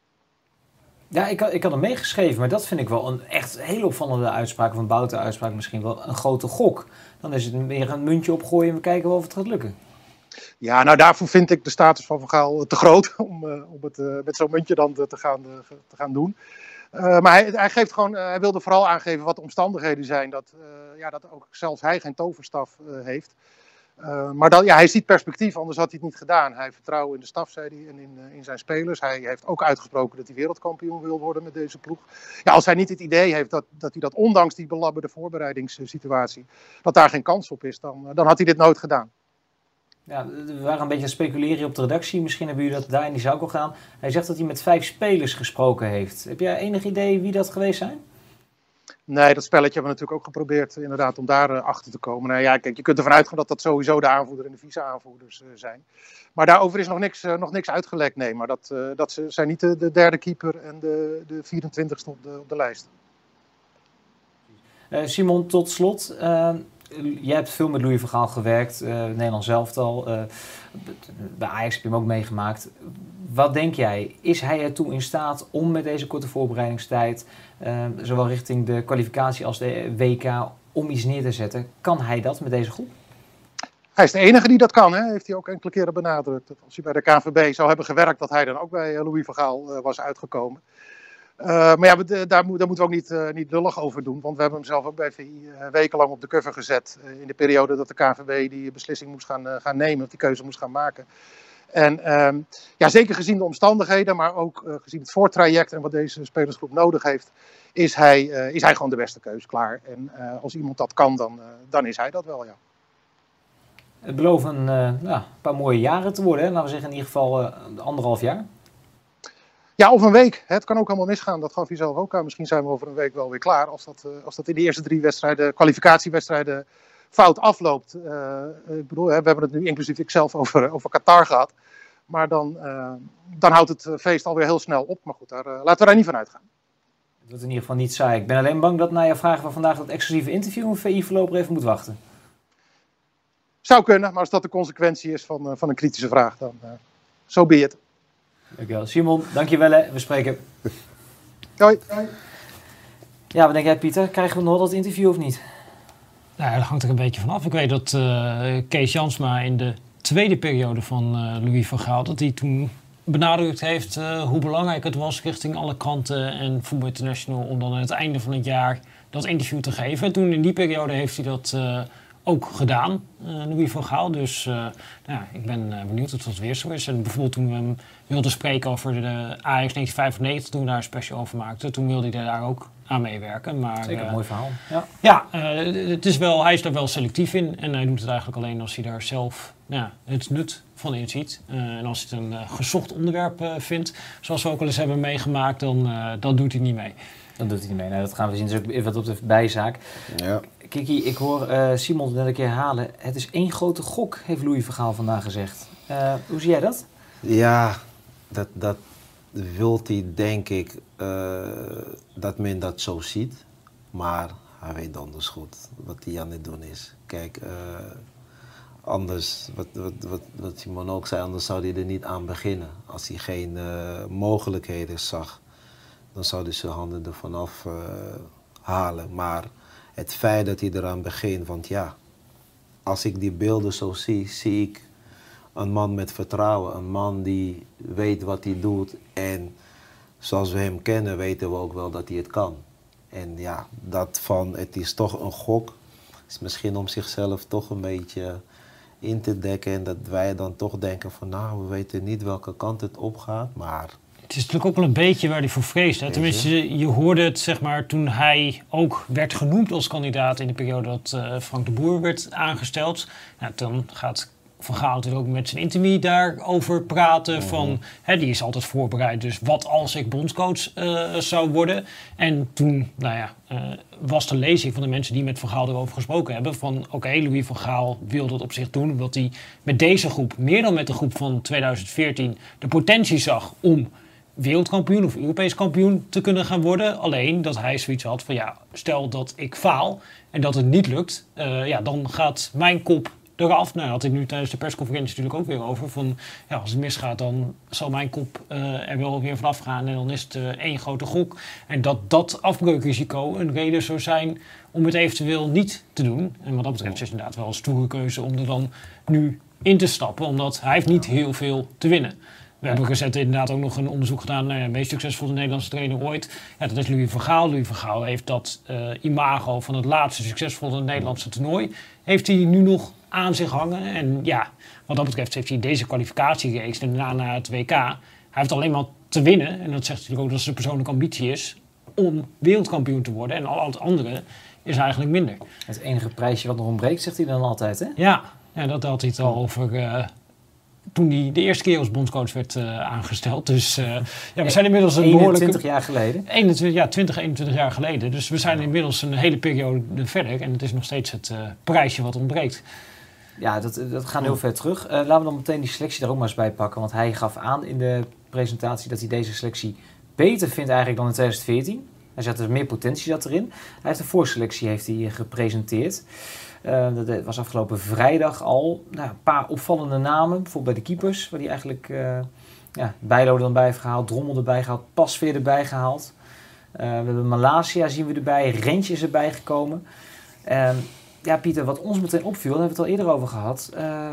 Ja, ik had, ik had hem meegeschreven, maar dat vind ik wel een echt hele opvallende uitspraak. Van Bouten uitspraak misschien wel een grote gok. Dan is het meer een muntje opgooien en we kijken wel of het gaat lukken. Ja, nou daarvoor vind ik de status van Van Gaal te groot om, uh, om het uh, met zo'n muntje dan te, te, gaan, uh, te gaan doen. Uh, maar hij, hij, geeft gewoon, uh, hij wilde vooral aangeven wat de omstandigheden zijn. Dat, uh, ja, dat ook zelfs hij geen toverstaf uh, heeft. Uh, maar dat, ja, hij ziet perspectief, anders had hij het niet gedaan. Hij heeft vertrouwen in de staf, zei hij, en in, uh, in zijn spelers. Hij heeft ook uitgesproken dat hij wereldkampioen wil worden met deze ploeg. Ja, als hij niet het idee heeft dat, dat hij dat ondanks die belabberde voorbereidingssituatie, dat daar geen kans op is, dan, uh, dan had hij dit nooit gedaan. Ja, we waren een beetje aan het speculeren op de redactie. Misschien hebben jullie dat daar in die zaak al gedaan. Hij zegt dat hij met vijf spelers gesproken heeft. Heb jij enig idee wie dat geweest zijn? Nee, dat spelletje hebben we natuurlijk ook geprobeerd inderdaad om daar uh, achter te komen. Nou ja, kijk, je kunt ervan uitgaan dat dat sowieso de aanvoerder en de vice-aanvoerders uh, zijn. Maar daarover is nog niks, uh, nog niks uitgelekt. Nee, maar dat, uh, dat zijn niet de, de derde keeper en de, de vierentwintigste op de, op de lijst. Uh, Simon, tot slot. Uh, jij hebt veel met Louis van Gaal gewerkt, uh, Nederlands elftal. Uh, bij Ajax heb je hem ook meegemaakt. Wat denk jij? Is hij ertoe in staat om met deze korte voorbereidingstijd, uh, zowel richting de kwalificatie als de W K, om iets neer te zetten? Kan hij dat met deze groep? Hij is de enige die dat kan, hè? Heeft hij ook enkele keren benadrukt. Dat als hij bij de K N V B zou hebben gewerkt, dat hij dan ook bij Louis van Gaal uh, was uitgekomen. Uh, maar ja, daar, daar moeten we ook niet, uh, niet lullig over doen. Want we hebben hem zelf ook bij V I uh, wekenlang op de cover gezet. Uh, in de periode dat de K N V B die beslissing moest gaan, uh, gaan nemen, of die keuze moest gaan maken. En um, ja, zeker gezien de omstandigheden, maar ook uh, gezien het voortraject en wat deze spelersgroep nodig heeft, is hij, uh, is hij gewoon de beste keus, klaar. En uh, als iemand dat kan, dan, uh, dan is hij dat wel, ja. Het beloven uh, nou, een paar mooie jaren te worden, hè? Laten we zeggen in ieder geval uh, anderhalf jaar. Ja, of een week. Het kan ook helemaal misgaan. Dat gaf hij zelf ook aan. Misschien zijn we over een week wel weer klaar. Als dat, uh, als dat in de eerste drie wedstrijden, kwalificatiewedstrijden, fout afloopt. Uh, ik bedoel, hè, we hebben het nu inclusief ikzelf over, over Qatar gehad. Maar dan, uh, dan houdt het feest alweer heel snel op. Maar goed, daar, uh, laten we daar niet van uitgaan. Het wordt in ieder geval niet saai. Ik ben alleen bang dat na je vragen van vandaag dat exclusieve interview een V I voorlopig even moet wachten. Zou kunnen, maar als dat de consequentie is van, uh, van een kritische vraag, dan uh, so be it. Dankjewel. Simon, dankjewel hè. We spreken. Hoi. Ja, wat denk jij Pieter? Krijgen we nog dat interview of niet? Nou, dat hangt er een beetje vanaf. Ik weet dat uh, Kees Jansma in de tweede periode van uh, Louis van Gaal, dat hij toen benadrukt heeft uh, hoe belangrijk het was richting alle kranten en Voetbal International om dan aan het einde van het jaar dat interview te geven. En toen in die periode heeft hij dat uh, ook gedaan, uh, Louis van Gaal. Dus uh, nou, ik ben uh, benieuwd of dat weer zo is. En bijvoorbeeld toen we hem wilden spreken over de Ajax negentien vijfennegentig, toen we daar een special over maakten, toen wilde hij daar ook aan meewerken. Maar, zeker een uh, mooi verhaal. Ja, ja uh, het is wel, hij is daar wel selectief in. En hij doet het eigenlijk alleen als hij daar zelf nou, het nut van inziet. Uh, en als hij het een uh, gezocht onderwerp uh, vindt, zoals we ook al eens hebben meegemaakt, dan, uh, dan doet hij niet mee. Dan doet hij niet mee. Nou, dat gaan we zien. Dus ook even wat op de bijzaak. Ja. Kiki, ik hoor uh, Simon net een keer herhalen. Het is één grote gok, heeft Louis van Gaal vandaag gezegd. Uh, hoe zie jij dat? Ja, dat, dat wil hij denk ik uh, dat men dat zo ziet. Maar hij weet anders goed wat hij aan het doen is. Kijk, uh, anders, wat, wat, wat, wat Simon ook zei, anders zou hij er niet aan beginnen. Als hij geen uh, mogelijkheden zag, dan zou hij zijn handen er vanaf uh, halen. Maar het feit dat hij eraan begint, want ja, als ik die beelden zo zie, zie ik een man met vertrouwen. Een man die weet wat hij doet en zoals we hem kennen weten we ook wel dat hij het kan. En ja, dat van het is toch een gok, is misschien om zichzelf toch een beetje in te dekken. En dat wij dan toch denken van nou, we weten niet welke kant het opgaat, maar het is natuurlijk ook wel een beetje waar hij voor vreest. Hè? Tenminste, je hoorde het zeg maar toen hij ook werd genoemd als kandidaat in de periode dat uh, Frank de Boer werd aangesteld. Nou, dan gaat Van Gaal natuurlijk ook met zijn intimie daarover praten. Mm-hmm. Van, hè, die is altijd voorbereid, dus wat als ik bondscoach uh, zou worden? En toen, nou ja, uh, was de lezing van de mensen die met Van Gaal erover gesproken hebben van oké, okay, Louis van Gaal wil dat op zich doen, omdat hij met deze groep, meer dan met de groep van tweeduizend veertien, de potentie zag om wereldkampioen of Europees kampioen te kunnen gaan worden. Alleen dat hij zoiets had van ja, stel dat ik faal en dat het niet lukt, uh, ja, dan gaat mijn kop eraf. Nou, had ik nu tijdens de persconferentie natuurlijk ook weer over van ja, als het misgaat, dan zal mijn kop uh, er wel weer vanaf gaan en dan is het uh, één grote gok. En dat dat afbreukrisico een reden zou zijn om het eventueel niet te doen. En wat dat betreft is het inderdaad wel een stoere keuze om er dan nu in te stappen, omdat hij heeft niet heel veel te winnen. We hebben recent inderdaad ook nog een onderzoek gedaan naar de meest succesvolle Nederlandse trainer ooit. Ja, dat is Louis van Gaal. Louis van Gaal heeft dat uh, imago van het laatste succesvolle Nederlandse toernooi, heeft hij nu nog aan zich hangen. En ja, wat dat betreft heeft hij deze kwalificatiereeks en daarna naar het W K. Hij heeft alleen maar te winnen. En dat zegt natuurlijk ook dat zijn persoonlijke ambitie is om wereldkampioen te worden. En al het andere is eigenlijk minder. Het enige prijsje wat nog ontbreekt, zegt hij dan altijd, hè? Ja, ja dat had hij het al over uh, toen hij de eerste keer als bondscoach werd uh, aangesteld. Dus uh, ja, we zijn inmiddels een behoorlijke... eenentwintig jaar geleden? eenentwintig, ja, twintig, eenentwintig jaar geleden. Dus we zijn inmiddels een hele periode verder. En het is nog steeds het uh, prijsje wat ontbreekt. Ja, dat, dat gaat heel ver terug. Uh, laten we dan meteen die selectie daar ook maar eens bij pakken. Want hij gaf aan in de presentatie dat hij deze selectie beter vindt eigenlijk dan in twintig veertien. Hij zegt er meer potentie zat erin. Hij heeft de voorselectie heeft hij gepresenteerd. Uh, dat was afgelopen vrijdag al. Nou, een paar opvallende namen. Bijvoorbeeld bij de keepers. Waar hij eigenlijk uh, ja, Bijlo er dan bij heeft gehaald. Drommel erbij gehaald. Pasveer erbij gehaald. Uh, we hebben Malasia zien we erbij. Rentje is erbij gekomen. Uh, ja, Pieter, wat ons meteen opviel, daar hebben we het al eerder over gehad. Uh,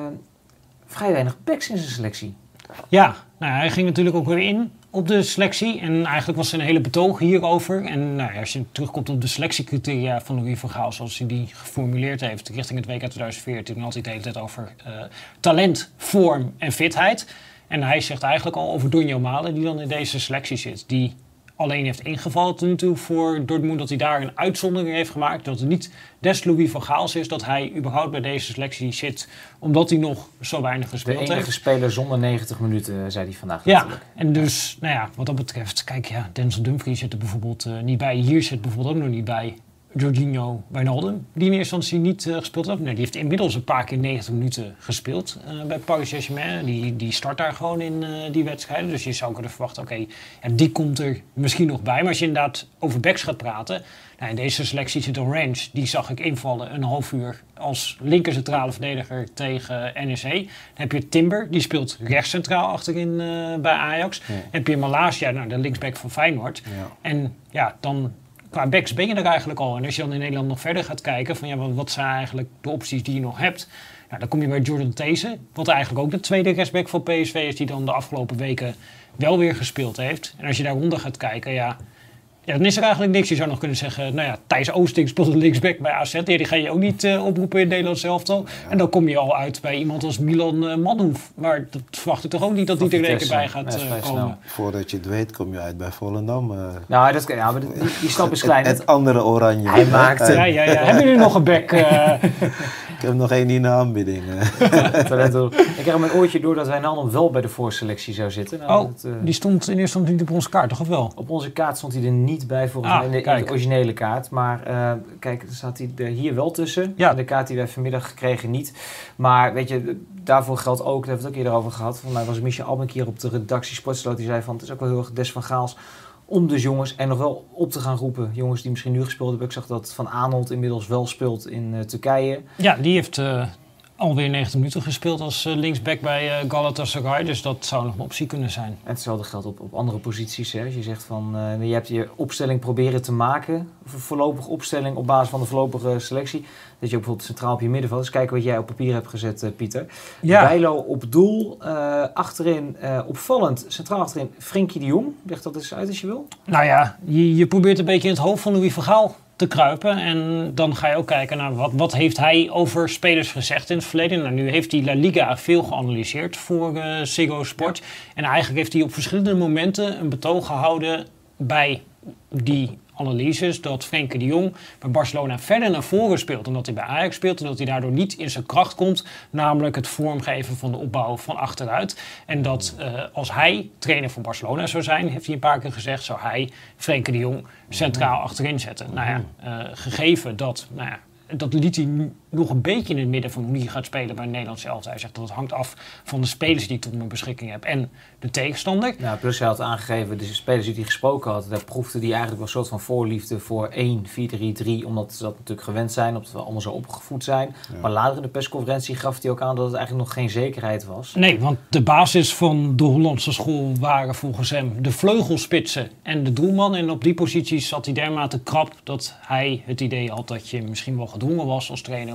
vrij weinig backs in zijn selectie. Ja, nou, hij ging natuurlijk ook weer in op de selectie. En eigenlijk was er een hele betoog hierover. En nou, als je terugkomt op de selectiecriteria van Louis van Gaal, zoals hij die geformuleerd heeft richting het W K twintig veertien, dan had hij het de hele tijd over uh, talent, vorm en fitheid. En hij zegt eigenlijk al over Donjo Malen, die dan in deze selectie zit. Die alleen heeft ingevallen tot nu toe voor Dortmund, dat hij daar een uitzondering heeft gemaakt. Dat het niet des Louis van Gaals is dat hij überhaupt bij deze selectie zit, omdat hij nog zo weinig gespeeld heeft. De enige heeft. speler zonder negentig minuten, zei hij vandaag ja, natuurlijk. En dus, nou ja, wat dat betreft, kijk, ja, Denzel Dumfries zit er bijvoorbeeld uh, niet bij. Hier zit bijvoorbeeld ook nog niet bij Jorginho Wijnaldum, die in eerste instantie niet uh, gespeeld heeft. Nee, die heeft inmiddels een paar keer negentig minuten gespeeld uh, bij Paris Saint-Germain. Die, die start daar gewoon in uh, die wedstrijden. Dus je zou kunnen verwachten, oké, okay, ja, die komt er misschien nog bij. Maar als je inderdaad over backs gaat praten, nou, in deze selectie zit een Range. Die zag ik invallen een half uur als linker centrale verdediger tegen N E C. Dan heb je Timber, die speelt rechtscentraal achterin uh, bij Ajax. Ja. Dan heb je Malasia, nou, de linksback van Feyenoord. Ja. En ja, dan qua backs ben je er eigenlijk al. En als je dan in Nederland nog verder gaat kijken van ja, wat, wat zijn eigenlijk de opties die je nog hebt, nou, dan kom je bij Jordan These, wat eigenlijk ook de tweede rechtsback van P S V is, die dan de afgelopen weken wel weer gespeeld heeft. En als je daaronder gaat kijken, ja, ja, dan is er eigenlijk niks. Je zou nog kunnen zeggen, nou ja, Thijs Oosting speelt een linksback bij A Z. Die ga je ook niet uh, oproepen in Nederland elftal. Ja. En dan kom je al uit bij iemand als Milan uh, Manhoef. Maar dat verwacht ik toch ook niet dat die er een keer bij gaat uh, komen. Snel. Voordat je het weet, kom je uit bij Volendam. Uh, nou, dat, ja, maar die, die stap is klein. Het, het andere oranje. Hij maakt. Ja, ja, ja. Hebben jullie nog een back? Uh... Ik heb nog één die in de aanbieding. Ik kreeg mijn oortje door dat Wijnaldum wel bij de voorselectie zou zitten. Nou, oh, dat, uh, die stond in eerste instantie niet op onze kaart, toch of wel? Op onze kaart stond hij er niet bij, volgens ah, mij, in de, in de originele kaart. Maar uh, kijk, er staat hij er hier wel tussen. Ja. De kaart die wij vanmiddag gekregen niet. Maar weet je, daarvoor geldt ook, daar hebben we het ook eerder over gehad. Volgens mij was Michel Albenk hier op de redactie Sportsloot. Die zei van, het is ook wel heel erg Des van Gaals om dus jongens en nog wel op te gaan roepen. Jongens die misschien nu gespeeld hebben. Ik zag dat Van Aanholt inmiddels wel speelt in uh, Turkije. Ja, die heeft uh, alweer negentig minuten gespeeld als uh, linksback bij uh, Galatasaray. Dus dat zou nog een optie kunnen zijn. En hetzelfde geldt op, op andere posities. Hè. Als je zegt van, uh, je hebt je opstelling proberen te maken. Of een voorlopige opstelling op basis van de voorlopige selectie. Dat je ook bijvoorbeeld centraal op je middenveld. Dus kijken wat jij op papier hebt gezet, uh, Pieter. Ja. Bijlo op doel. Uh, achterin uh, opvallend. Centraal achterin Frenkie de Jong. Leg dat eens uit als je wil. Nou ja, je, je probeert een beetje in het hoofd van Louis van Gaal te kruipen. En dan ga je ook kijken naar wat, wat heeft hij over spelers gezegd in het verleden. Nou, nu heeft hij La Liga veel geanalyseerd voor uh, Ziggo Sport. Ja. En eigenlijk heeft hij op verschillende momenten een betoog gehouden bij die analyses dat Frenkie de Jong bij Barcelona verder naar voren speelt dan dat hij bij Ajax speelt en dat hij daardoor niet in zijn kracht komt, namelijk het vormgeven van de opbouw van achteruit. En dat uh, als hij trainer van Barcelona zou zijn, heeft hij een paar keer gezegd, zou hij Frenkie de Jong centraal achterin zetten. Nou ja, uh, gegeven dat, nou ja, dat liet hij nog een beetje in het midden van hoe hij gaat spelen bij Nederland zelf. Hij zegt dat het hangt af van de spelers die ik tot mijn beschikking heb en de tegenstander. Ja, plus hij had aangegeven, de spelers die hij gesproken had, daar proefde hij eigenlijk wel een soort van voorliefde voor één vier drie drie, omdat ze dat natuurlijk gewend zijn, omdat we allemaal zo opgevoed zijn. Ja. Maar later in de persconferentie gaf hij ook aan dat het eigenlijk nog geen zekerheid was. Nee, want de basis van de Hollandse school waren volgens hem de vleugelspitsen en de doelman. En op die posities zat hij dermate krap dat hij het idee had dat je misschien wel gedwongen was als trainer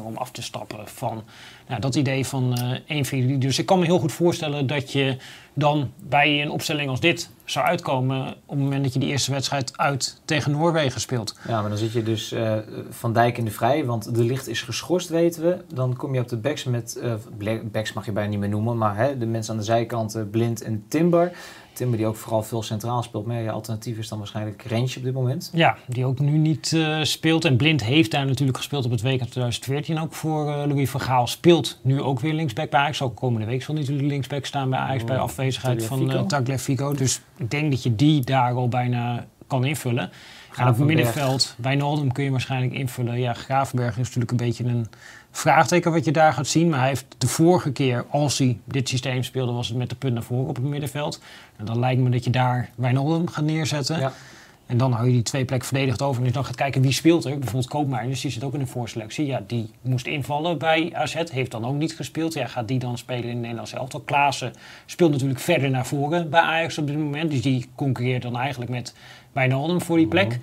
om af te stappen van nou, dat idee van uh, één vier drie. Dus ik kan me heel goed voorstellen dat je dan bij een opstelling als dit zou uitkomen op het moment dat je die eerste wedstrijd uit tegen Noorwegen speelt. Ja, maar dan zit je dus uh, Van Dijk in de Vrij, want De Ligt is geschorst, weten we. Dan kom je op de backs met, uh, backs mag je bijna niet meer noemen, maar hè, de mensen aan de zijkant, uh, Blind en Timber. Timber die ook vooral veel centraal speelt, maar je alternatief is dan waarschijnlijk Rensje op dit moment. Ja, die ook nu niet uh, speelt. En Blind heeft daar natuurlijk gespeeld op het W K twintig veertien ook voor uh, Louis van Gaal. Speelt nu ook weer linksback bij Ajax. Ook komende week zal natuurlijk linksback staan bij Ajax oh, bij afwezigheid van uh, Tagliafico. Dus ik denk dat je die daar al bijna kan invullen. En op het middenveld, Wijnaldum kun je waarschijnlijk invullen. Ja, Gravenberg is natuurlijk een beetje een vraagteken wat je daar gaat zien. Maar hij heeft de vorige keer, als hij dit systeem speelde, was het met de punt naar voren op het middenveld. En dan lijkt me dat je daar Wijnaldum gaat neerzetten. Ja. En dan hou je die twee plekken verdedigd over. En dus dan gaat kijken wie speelt er. Bijvoorbeeld Koopmeiners, die zit ook in een voorselectie. Ja, die moest invallen bij A Z. Heeft dan ook niet gespeeld. Ja, gaat die dan spelen in het Nederlands elftal? Klaassen speelt natuurlijk verder naar voren bij Ajax op dit moment. Dus die concurreert dan eigenlijk met Wijnaldum voor die plek.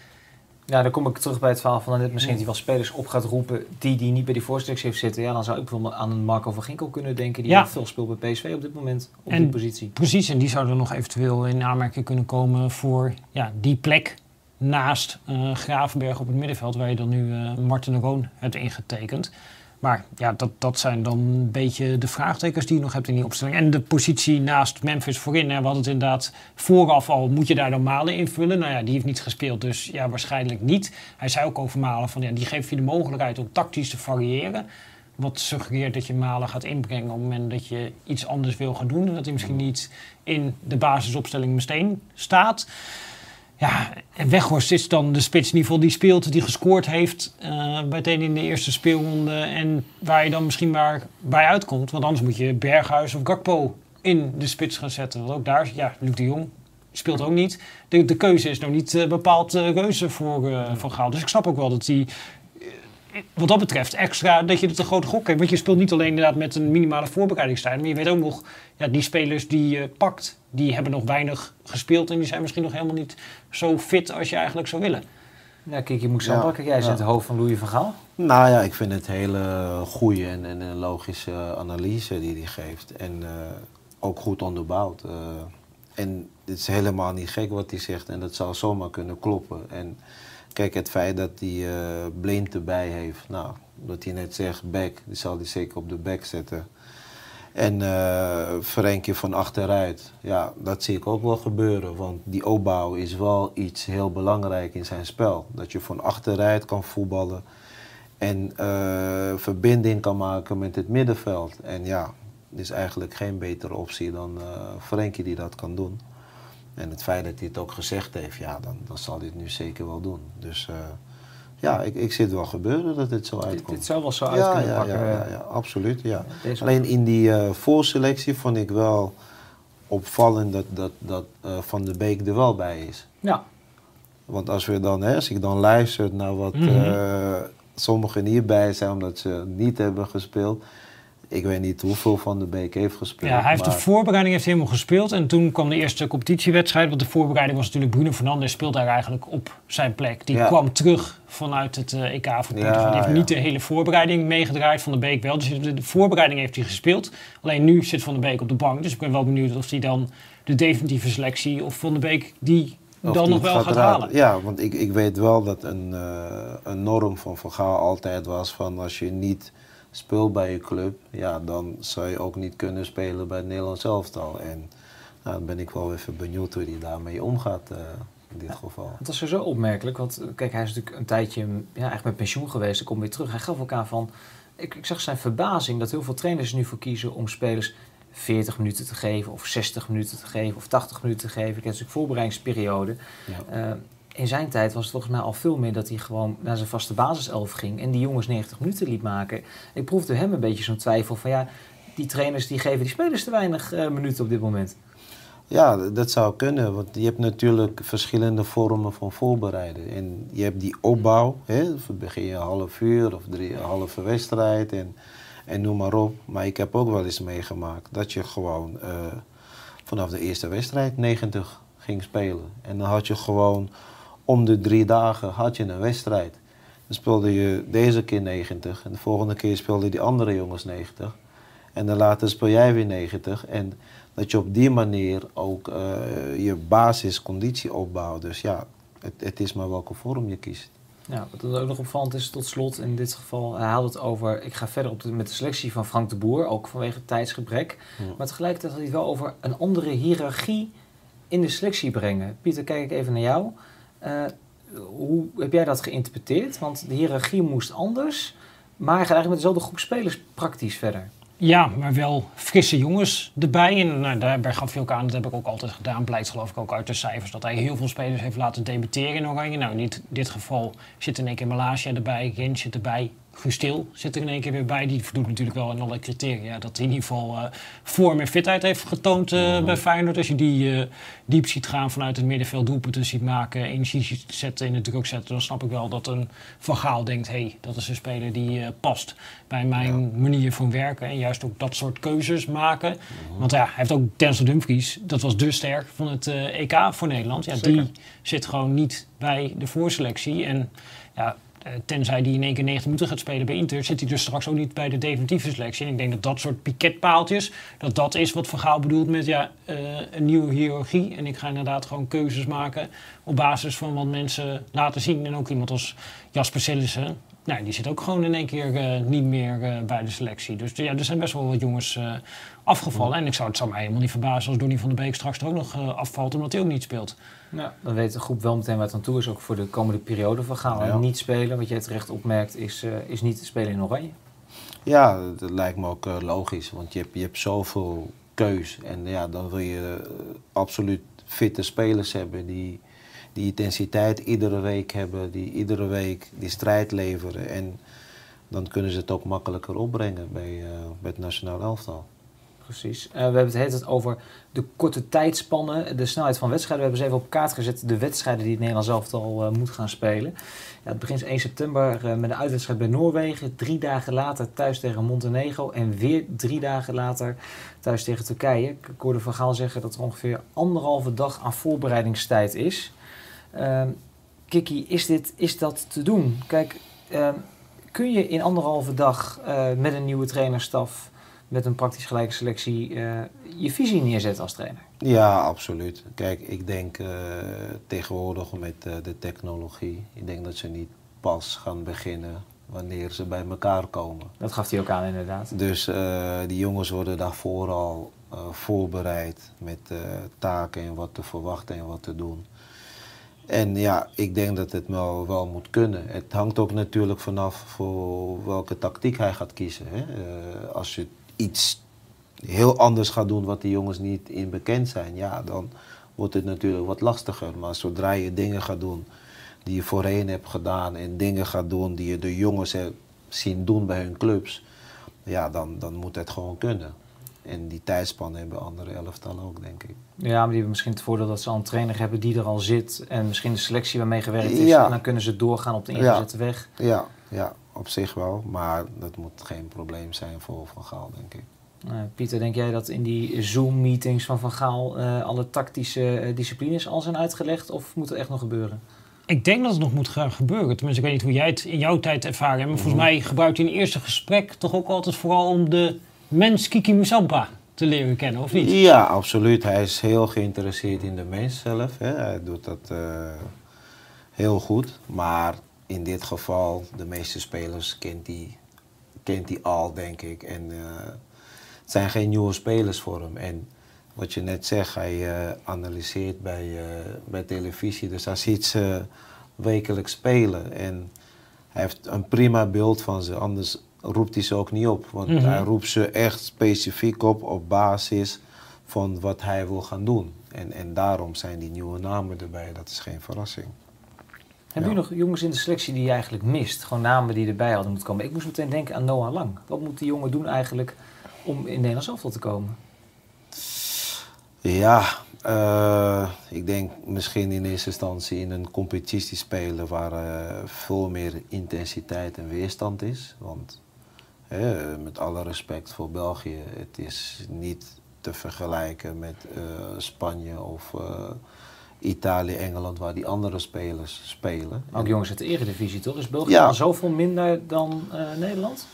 Ja, dan kom ik terug bij het verhaal van net misschien dat hij wel spelers op gaat roepen die die niet bij die voorselectie heeft zitten. Ja, dan zou ik bijvoorbeeld aan een Marco van Ginkel kunnen denken die ja. heel veel speelt bij P S V op dit moment op en die positie. Precies, en die zou er nog eventueel in aanmerking kunnen komen voor ja, die plek naast uh, Gravenberg op het middenveld waar je dan nu uh, Martin de Roon hebt ingetekend. Maar ja, dat, dat zijn dan een beetje de vraagtekens die je nog hebt in die opstelling. En de positie naast Memphis voorin. Hè, we hadden het inderdaad vooraf al, moet je daar dan Malen invullen? Nou ja, die heeft niet gespeeld, dus ja, waarschijnlijk niet. Hij zei ook over Malen, van, ja, die geeft je de mogelijkheid om tactisch te variëren. Wat suggereert dat je Malen gaat inbrengen op het moment dat je iets anders wil gaan doen. En dat hij misschien niet in de basisopstelling meteen staat. Ja, en Weghorst is dan de spits in ieder geval die speelt, die gescoord heeft uh, meteen in de eerste speelronde en waar je dan misschien maar bij uitkomt. Want anders moet je Berghuis of Gakpo in de spits gaan zetten. Want ook daar, ja, Luc de Jong speelt ook niet. De, de keuze is nog niet uh, bepaald uh, reuze voor uh, Van Gaal. Dus ik snap ook wel dat hij, uh, wat dat betreft, extra, dat je het een grote gok hebt. Want je speelt niet alleen inderdaad met een minimale voorbereidingstijd, maar je weet ook nog, ja, die spelers die je uh, pakt, die hebben nog weinig gespeeld en die zijn misschien nog helemaal niet zo fit als je eigenlijk zou willen. Ja, kijk, je moet zo pakken. Jij zit ja. het hoofd van Louis van Gaal. Nou ja, ik vind het een hele goede en, en een logische analyse die hij geeft. En uh, ook goed onderbouwd. Uh, en het is helemaal niet gek wat hij zegt en dat zou zomaar kunnen kloppen. En kijk, het feit dat hij uh, Blind erbij heeft, nou, dat hij net zegt back, die zal hij zeker op de back zetten. En uh, Frenkie van achteruit, ja, dat zie ik ook wel gebeuren. Want die opbouw is wel iets heel belangrijk in zijn spel. Dat je van achteruit kan voetballen en uh, verbinding kan maken met het middenveld. En ja, er is eigenlijk geen betere optie dan uh, Frenkie die dat kan doen. En het feit dat hij het ook gezegd heeft, ja, dan, dan zal hij het nu zeker wel doen. Dus uh, ja, ik, ik zie het wel gebeuren dat dit zo uitkomt. Dit, dit zou wel zo uit kunnen ja, pakken. Ja, ja, ja, absoluut. Ja. Alleen in die uh, voorselectie vond ik wel opvallend dat, dat, dat uh, Van der Beek er wel bij is. Ja. Want als, we dan, hè, als ik dan luister naar wat mm-hmm. uh, sommigen hierbij zijn omdat ze niet hebben gespeeld. Ik weet niet hoeveel Van der Beek heeft gespeeld. Ja, hij heeft maar... de voorbereiding heeft helemaal gespeeld. En toen kwam de eerste competitiewedstrijd. Want de voorbereiding was natuurlijk Bruno Fernandes speelde daar eigenlijk op zijn plek. Die ja. kwam terug vanuit het uh, E K voor Portugal. Ja, die heeft ja. niet de hele voorbereiding meegedraaid. Van der Beek wel. Dus de, de voorbereiding heeft hij gespeeld. Alleen nu zit Van der Beek op de bank. Dus ik ben wel benieuwd of hij dan de definitieve selectie of Van der Beek die of dan die nog wel gaat, gaat halen. Ja, want ik, ik weet wel dat een, uh, een norm van Van Gaal altijd was van als je niet speelt bij je club, ja, dan zou je ook niet kunnen spelen bij het Nederlands elftal. En nou, dan ben ik wel even benieuwd hoe hij daarmee omgaat uh, in dit ja, geval. Het was zo opmerkelijk, want kijk, hij is natuurlijk een tijdje ja, echt met pensioen geweest. Hij komt weer terug. Hij gaf ook aan van, ik, ik zag zijn verbazing dat heel veel trainers er nu voor kiezen om spelers veertig minuten te geven of zestig minuten te geven of tachtig minuten te geven. Ik heb natuurlijk voorbereidingsperiode. Ja. Uh, In zijn tijd was het volgens mij al veel meer dat hij gewoon naar zijn vaste basiself ging en die jongens negentig minuten liet maken. Ik proefde hem een beetje zo'n twijfel van ja, die trainers die geven die spelers te weinig uh, minuten op dit moment. Ja, dat zou kunnen, want je hebt natuurlijk verschillende vormen van voorbereiden. En je hebt die opbouw, hè, begin je een half uur of drie, een halve wedstrijd en, en noem maar op. Maar ik heb ook wel eens meegemaakt dat je gewoon uh, vanaf de eerste wedstrijd negentig ging spelen. En dan had je gewoon om de drie dagen had je een wedstrijd. Dan speelde je deze keer negentig en de volgende keer speelden die andere jongens negentig. En dan later speel jij weer negentig. En dat je op die manier ook uh, je basisconditie opbouwt. Dus ja, het, het is maar welke vorm je kiest. Ja, wat dan ook nog opvallend is tot slot in dit geval, hij had het over, ik ga verder op de, met de selectie van Frank de Boer, ook vanwege tijdsgebrek. Ja. Maar tegelijkertijd had hij het wel over een andere hiërarchie in de selectie brengen. Pieter, kijk ik even naar jou. Uh, hoe heb jij dat geïnterpreteerd? Want de hiërarchie moest anders, maar hij gaat eigenlijk met dezelfde groep spelers praktisch verder. Ja, maar wel frisse jongens erbij. En nou, daarbij gaf hij ook aan, dat heb ik ook altijd gedaan. Blijkt geloof ik ook uit de cijfers dat hij heel veel spelers heeft laten debuteren in Oranje. Nou, in dit geval zit in één keer Malasia erbij, Gens zit erbij. Gustil zit er in één keer weer bij. Die voldoet natuurlijk wel aan alle criteria. Dat hij in ieder geval uh, vorm en fitheid heeft getoond uh, mm-hmm. bij Feyenoord. Als je die uh, diep ziet gaan vanuit het middenveld, doelpunten ziet maken, energie zetten, in de druk zetten, dan snap ik wel dat een Van Gaal denkt, hé, hey, dat is een speler die uh, past bij mijn ja. manier van werken. En juist ook dat soort keuzes maken. Mm-hmm. Want ja, hij heeft ook Denzel Dumfries. Dat was de ster van het uh, E K voor Nederland. Ja, die zit gewoon niet bij de voorselectie. En ja, tenzij die in één keer negentig minuten gaat spelen bij Inter, zit hij dus straks ook niet bij de definitieve selectie. En ik denk dat dat soort piketpaaltjes, dat dat is wat Van Gaal bedoelt met ja, uh, een nieuwe hiërarchie. En ik ga inderdaad gewoon keuzes maken op basis van wat mensen laten zien. En ook iemand als Jasper Sillissen, nou, die zit ook gewoon in één keer uh, niet meer uh, bij de selectie. Dus ja, er zijn best wel wat jongens uh, afgevallen. En ik zou, het zou mij helemaal niet verbazen als Donny van der Beek straks er ook nog uh, afvalt, omdat hij ook niet speelt. Ja, dan weet de groep wel meteen waar het aan toe is, ook voor de komende periode. Van Gaal ja. niet spelen, wat jij terecht opmerkt, is, uh, is niet te spelen in Oranje. Ja, dat lijkt me ook uh, logisch, want je hebt, je hebt zoveel keus. En ja, dan wil je uh, absoluut fitte spelers hebben die die intensiteit iedere week hebben, die iedere week die strijd leveren. En dan kunnen ze het ook makkelijker opbrengen bij, uh, bij het nationaal elftal. Precies. Uh, we hebben het hele tijd over de korte tijdspannen, de snelheid van wedstrijden. We hebben ze even op kaart gezet, de wedstrijden die het Nederlands elftal uh, moet gaan spelen. Ja, het begint één september uh, met een uitwedstrijd bij Noorwegen. Drie dagen later thuis tegen Montenegro. En weer drie dagen later thuis tegen Turkije. Ik hoorde Van Gaal zeggen dat er ongeveer anderhalve dag aan voorbereidingstijd is. Uh, Kiki, is, dit, is dat te doen? Kijk, uh, kun je in anderhalve dag uh, met een nieuwe trainerstaf, met een praktisch gelijke selectie, uh, je visie neerzetten als trainer? Ja, absoluut. Kijk, ik denk uh, tegenwoordig met uh, de technologie, ik denk dat ze niet pas gaan beginnen wanneer ze bij elkaar komen. Dat gaf hij ook aan, inderdaad. Dus uh, die jongens worden daarvoor al uh, voorbereid met uh, taken en wat te verwachten en wat te doen. En ja, ik denk dat het wel, wel moet kunnen. Het hangt ook natuurlijk vanaf voor welke tactiek hij gaat kiezen. Hè? Uh, als je iets heel anders gaat doen wat die jongens niet in bekend zijn, ja, dan wordt het natuurlijk wat lastiger. Maar zodra je dingen gaat doen die je voorheen hebt gedaan en dingen gaat doen die je de jongens hebt zien doen bij hun clubs, ja, dan, dan moet het gewoon kunnen. En die tijdspannen hebben andere elftallen ook, denk ik. Ja, maar die hebben misschien het voordeel dat ze al een trainer hebben die er al zit en misschien de selectie waarmee gewerkt is. Ja. En dan kunnen ze doorgaan op de ingezette ja. weg. Ja, ja, op zich wel. Maar dat moet geen probleem zijn voor Van Gaal, denk ik. Uh, Pieter, denk jij dat in die Zoom-meetings van Van Gaal uh, alle tactische uh, disciplines al zijn uitgelegd? Of moet er echt nog gebeuren? Ik denk dat het nog moet gaan gebeuren. Tenminste, ik weet niet hoe jij het in jouw tijd ervaren hebt. Maar volgens mij gebruikt hij in het eerste gesprek toch ook altijd vooral om de mens Kiki Moussampa te leren kennen, of niet? Ja, absoluut. Hij is heel geïnteresseerd in de mens zelf. Hè. Hij doet dat uh, heel goed. Maar in dit geval, de meeste spelers kent hij, kent hij al, denk ik. En uh, het zijn geen nieuwe spelers voor hem. En wat je net zegt, hij uh, analyseert bij, uh, bij televisie. Dus hij ziet ze wekelijks spelen. En hij heeft een prima beeld van ze, anders roept hij ze ook niet op. Want mm-hmm. hij roept ze echt specifiek op op basis van wat hij wil gaan doen. En, en daarom zijn die nieuwe namen erbij. Dat is geen verrassing. Hebben jullie nog jongens in de selectie die je eigenlijk mist? Gewoon namen die erbij hadden moeten komen. Ik moest meteen denken aan Noah Lang. Wat moet die jongen doen eigenlijk om in Nederlands elftal te komen? Ja, uh, ik denk misschien in eerste instantie in een competitie spelen waar uh, veel meer intensiteit en weerstand is. Want hè, met alle respect voor België, het is niet te vergelijken met uh, Spanje of uh, Italië, Engeland, waar die andere spelers spelen. Ook jongens uit de Eredivisie, toch? Is België Ja. al zoveel minder dan uh, Nederland?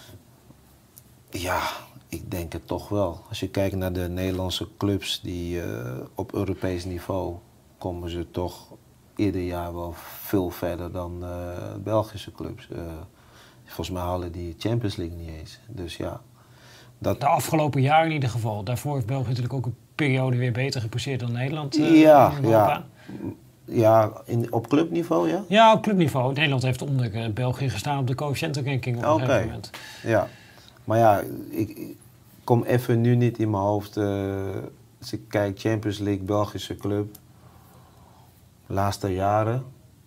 Ja, ik denk het toch wel. Als je kijkt naar de Nederlandse clubs die uh, op Europees niveau komen ze toch ieder jaar wel veel verder dan uh, Belgische clubs. Uh, volgens mij halen die Champions League niet eens. Dus ja. Dat... De afgelopen jaar in ieder geval. Daarvoor heeft België natuurlijk ook een periode weer beter gepresteerd dan Nederland. Uh, ja, in ja. Ja, in, op clubniveau, ja? Ja, op clubniveau. Nederland heeft onder uh, België gestaan op de coëfficiëntenranking op een okay. gegeven moment. Ja, maar ja, ik, ik kom even nu niet in mijn hoofd. Uh, als ik kijk, Champions League, Belgische club, laatste jaren.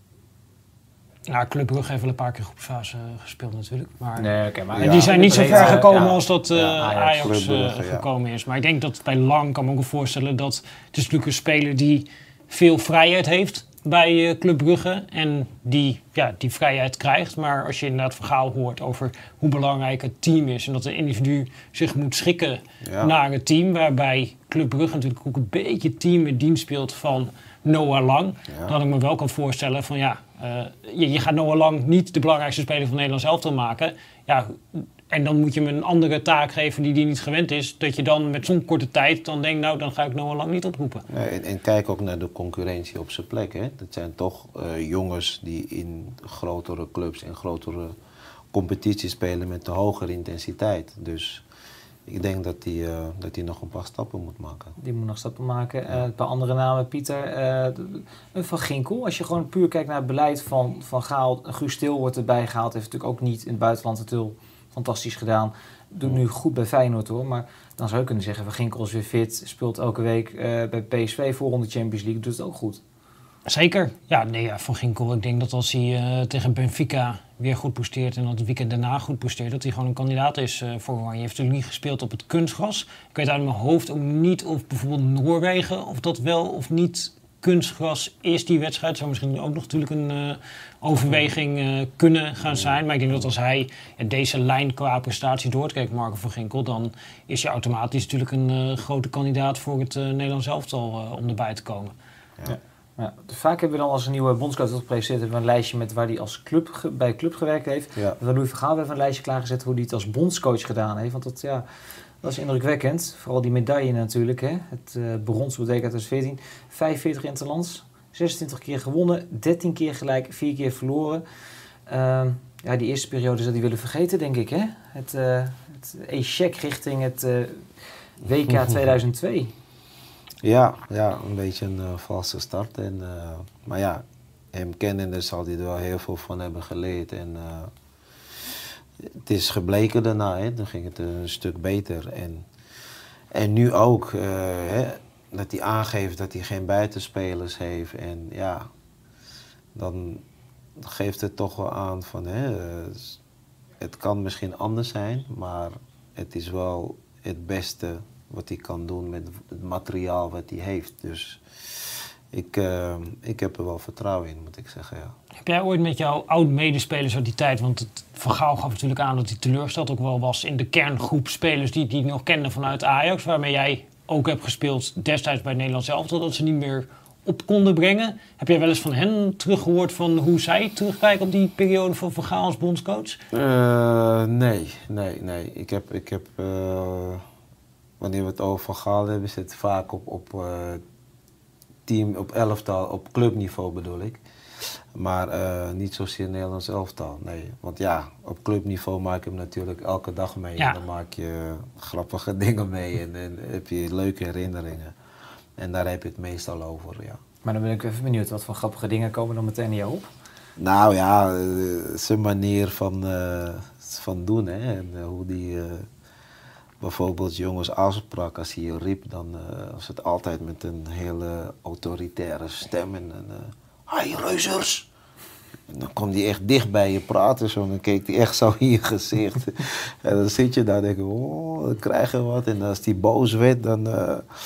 Ja, Club Brugge heeft wel een paar keer groepsfase uh, gespeeld natuurlijk. Maar, nee, okay, maar ja, die zijn niet zo ver gekomen ja, als dat uh, ja, Ajax, Ajax Brugge, uh, gekomen ja. is. Maar ik denk dat bij Lang kan me ook wel voorstellen dat het is natuurlijk een speler die veel vrijheid heeft bij uh, Club Brugge. En die, ja, die vrijheid krijgt. Maar als je inderdaad verhaal hoort over hoe belangrijk het team is. En dat een individu zich moet schikken ja. naar het team. Waarbij Club Brugge natuurlijk ook een beetje team in dienst speelt van Noah Lang. Ja. Dan ik me wel kan voorstellen van ja, uh, je, je gaat Noah Lang niet de belangrijkste speler van Nederlands elftal maken. Ja, en dan moet je hem een andere taak geven die hij niet gewend is. Dat je dan met zo'n korte tijd dan denkt, nou dan ga ik Noah Lang niet oproepen. Nee, en, en kijk ook naar de concurrentie op zijn plek. Hè. Dat zijn toch uh, jongens die in grotere clubs en grotere competities spelen met een hogere intensiteit. Dus ik denk dat hij uh, dat hij nog een paar stappen moet maken. Die moet nog stappen maken. Ja. Uh, een paar andere namen, Pieter. Uh, van Ginkel, als je gewoon puur kijkt naar het beleid van, van Gaal. Guus Til wordt erbij gehaald. Heeft natuurlijk ook niet in het buitenland het heel fantastisch gedaan. Doet nu goed bij Feyenoord hoor. Maar dan zou je kunnen zeggen, Van Ginkel is weer fit. Speelt elke week uh, bij P S V voor de Champions League. Doet het ook goed. Zeker. Ja, nee, ja, Van Ginkel. Ik denk dat als hij uh, tegen Benfica weer goed poesteert en dat het weekend daarna goed poesteert, dat hij gewoon een kandidaat is uh, voor Oranje. Hij heeft natuurlijk niet gespeeld op het kunstgras. Ik weet uit mijn hoofd ook niet of bijvoorbeeld Noorwegen, of dat wel of niet kunstgras is, die wedstrijd. Zou misschien ook nog natuurlijk een uh, overweging uh, kunnen gaan zijn. Maar ik denk dat als hij ja, deze lijn qua prestatie doortrekt, Marco van Ginkel, dan is hij automatisch natuurlijk een uh, grote kandidaat voor het uh, Nederlands elftal uh, om erbij te komen. Ja. Ja, vaak hebben we dan als een nieuwe bondscoach dat gepresenteerd hebben we een lijstje met waar hij als club ge, bij club gewerkt heeft. Ja. Van Louis van Gaal hebben we een lijstje klaargezet hoe hij het als bondscoach gedaan heeft. Want dat, ja, dat is indrukwekkend. Vooral die medaille natuurlijk. Hè. Het uh, brons op W K twintig veertien. vijfenveertig interlands, zesentwintig keer gewonnen, dertien keer gelijk, vier keer verloren. Uh, ja, die eerste periode zou hij willen vergeten, denk ik. Hè. Het, uh, het échec richting het uh, W K tweeduizend twee. Ja, ja, een beetje een uh, valse start. En, uh, maar ja, hem kennende zal hij er wel heel veel van hebben geleerd. En, uh, het is gebleken daarna, hè, dan ging het een stuk beter. En, en nu ook, uh, hè, dat hij aangeeft dat hij geen buitenspelers heeft. En ja, dan geeft het toch wel aan van, hè, uh, het kan misschien anders zijn, maar het is wel het beste wat hij kan doen met het materiaal wat hij heeft. Dus ik, uh, ik heb er wel vertrouwen in, moet ik zeggen, ja. Heb jij ooit met jouw oud-medespelers uit die tijd, want het Van Gaal gaf natuurlijk aan dat hij teleurgesteld ook wel was in de kerngroep spelers die hij nog kende vanuit Ajax, waarmee jij ook hebt gespeeld destijds bij het Nederlands elftal, dat ze niet meer op konden brengen. Heb jij wel eens van hen teruggehoord van hoe zij terugkijken op die periode van Van Gaal als bondscoach? Uh, nee, nee, nee. Ik heb... Ik heb uh... Wanneer we het over Van Gaal hebben, is het vaak op, op uh, team, op elftal, op clubniveau bedoel ik. Maar uh, niet zozeer Nederlands elftal, nee. Want ja, op clubniveau maak je hem natuurlijk elke dag mee. Ja. En dan maak je grappige dingen mee en, en heb je leuke herinneringen. En daar heb je het meestal over, ja. Maar dan ben ik even benieuwd, wat voor grappige dingen komen dan meteen in jou op? Nou ja, uh, zijn manier van, uh, van doen, hè. En uh, hoe die... Uh, Bijvoorbeeld jongens afsprak, als hij riep, dan uh, was het altijd met een hele autoritaire stem. En dan, uh, hi reuzers! En dan kwam hij echt dicht bij je praten, zo, en dan keek hij echt zo in je gezicht. En dan zit je daar en denk je, oh, dan krijgen we wat. En als hij boos werd, dan uh,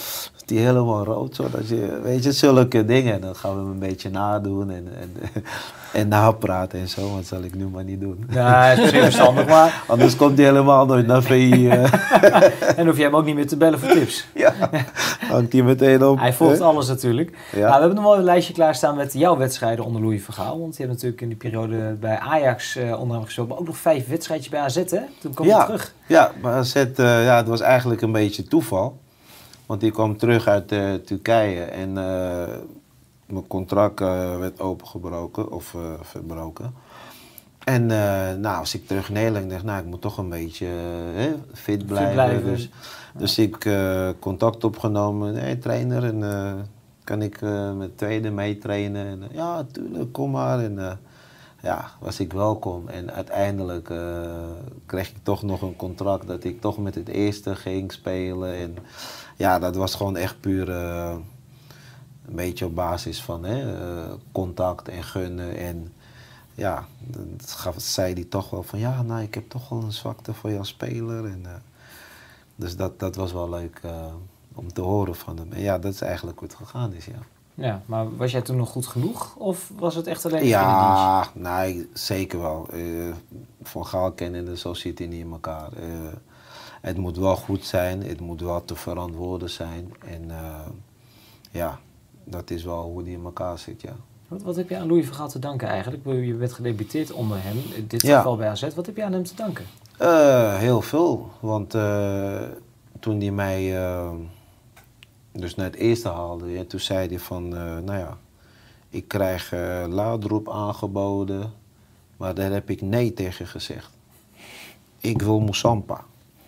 hij helemaal rood. Zodat je, weet je, zulke dingen. Dan gaan we hem een beetje nadoen en, en, en napraten en zo. Dat zal ik nu maar niet doen. Ja, het is heel verstandig, maar... Anders komt hij helemaal nooit naar V I. Uh. En hoef je hem ook niet meer te bellen voor tips. Ja, hangt hij meteen op. Hij volgt hè? alles natuurlijk. Ja. Nou, we hebben nog wel een lijstje klaarstaan met jouw wedstrijden onder Louis van Gaal. Want je hebt natuurlijk in die periode bij Ajax uh, onder andere gespeeld. Maar ook nog vijf wedstrijdjes bij A Z, hè? Toen kwam ja, je terug. Ja, maar A Z, uh, ja, het was eigenlijk een beetje toeval. Want die kwam terug uit uh, Turkije en uh, mijn contract uh, werd opengebroken of uh, verbroken. En uh, nou, als ik terug in Nederland dacht, nou, ik moet toch een beetje uh, fit blijven. Fit blijven. Dus, ja. dus ik uh, contact opgenomen, hey, trainer, en uh, kan ik uh, met tweede meetrainen? En, uh, ja, tuurlijk, kom maar. En uh, ja, was ik welkom. En uiteindelijk uh, kreeg ik toch nog een contract dat ik toch met het eerste ging spelen. En ja, dat was gewoon echt puur uh, een beetje op basis van hè, uh, contact en gunnen. En ja, dat gaf, zei hij toch wel van ja, nou, ik heb toch wel een zwakte voor jouw speler. En, uh, dus dat, dat was wel leuk uh, om te horen van hem. En ja, dat is eigenlijk hoe het gegaan is, ja. Ja, maar was jij toen nog goed genoeg? Of was het echt alleen ja, nee, zeker wel. Uh, van Gaal kennende, zo zit hij niet in elkaar. Uh, het moet wel goed zijn, het moet wel te verantwoorden zijn. En uh, ja, dat is wel hoe hij in elkaar zit, ja. Wat, wat heb je aan Louis van Gaal te danken eigenlijk? Je werd gedebuteerd onder hem, in dit ja. geval bij A Z. Wat heb je aan hem te danken? Uh, heel veel, want uh, toen hij mij uh, dus naar het eerste haalde, ja, toen zei hij van, uh, nou ja, ik krijg uh, Laudrup aangeboden, maar daar heb ik nee tegen gezegd. Ik wil Moussampa.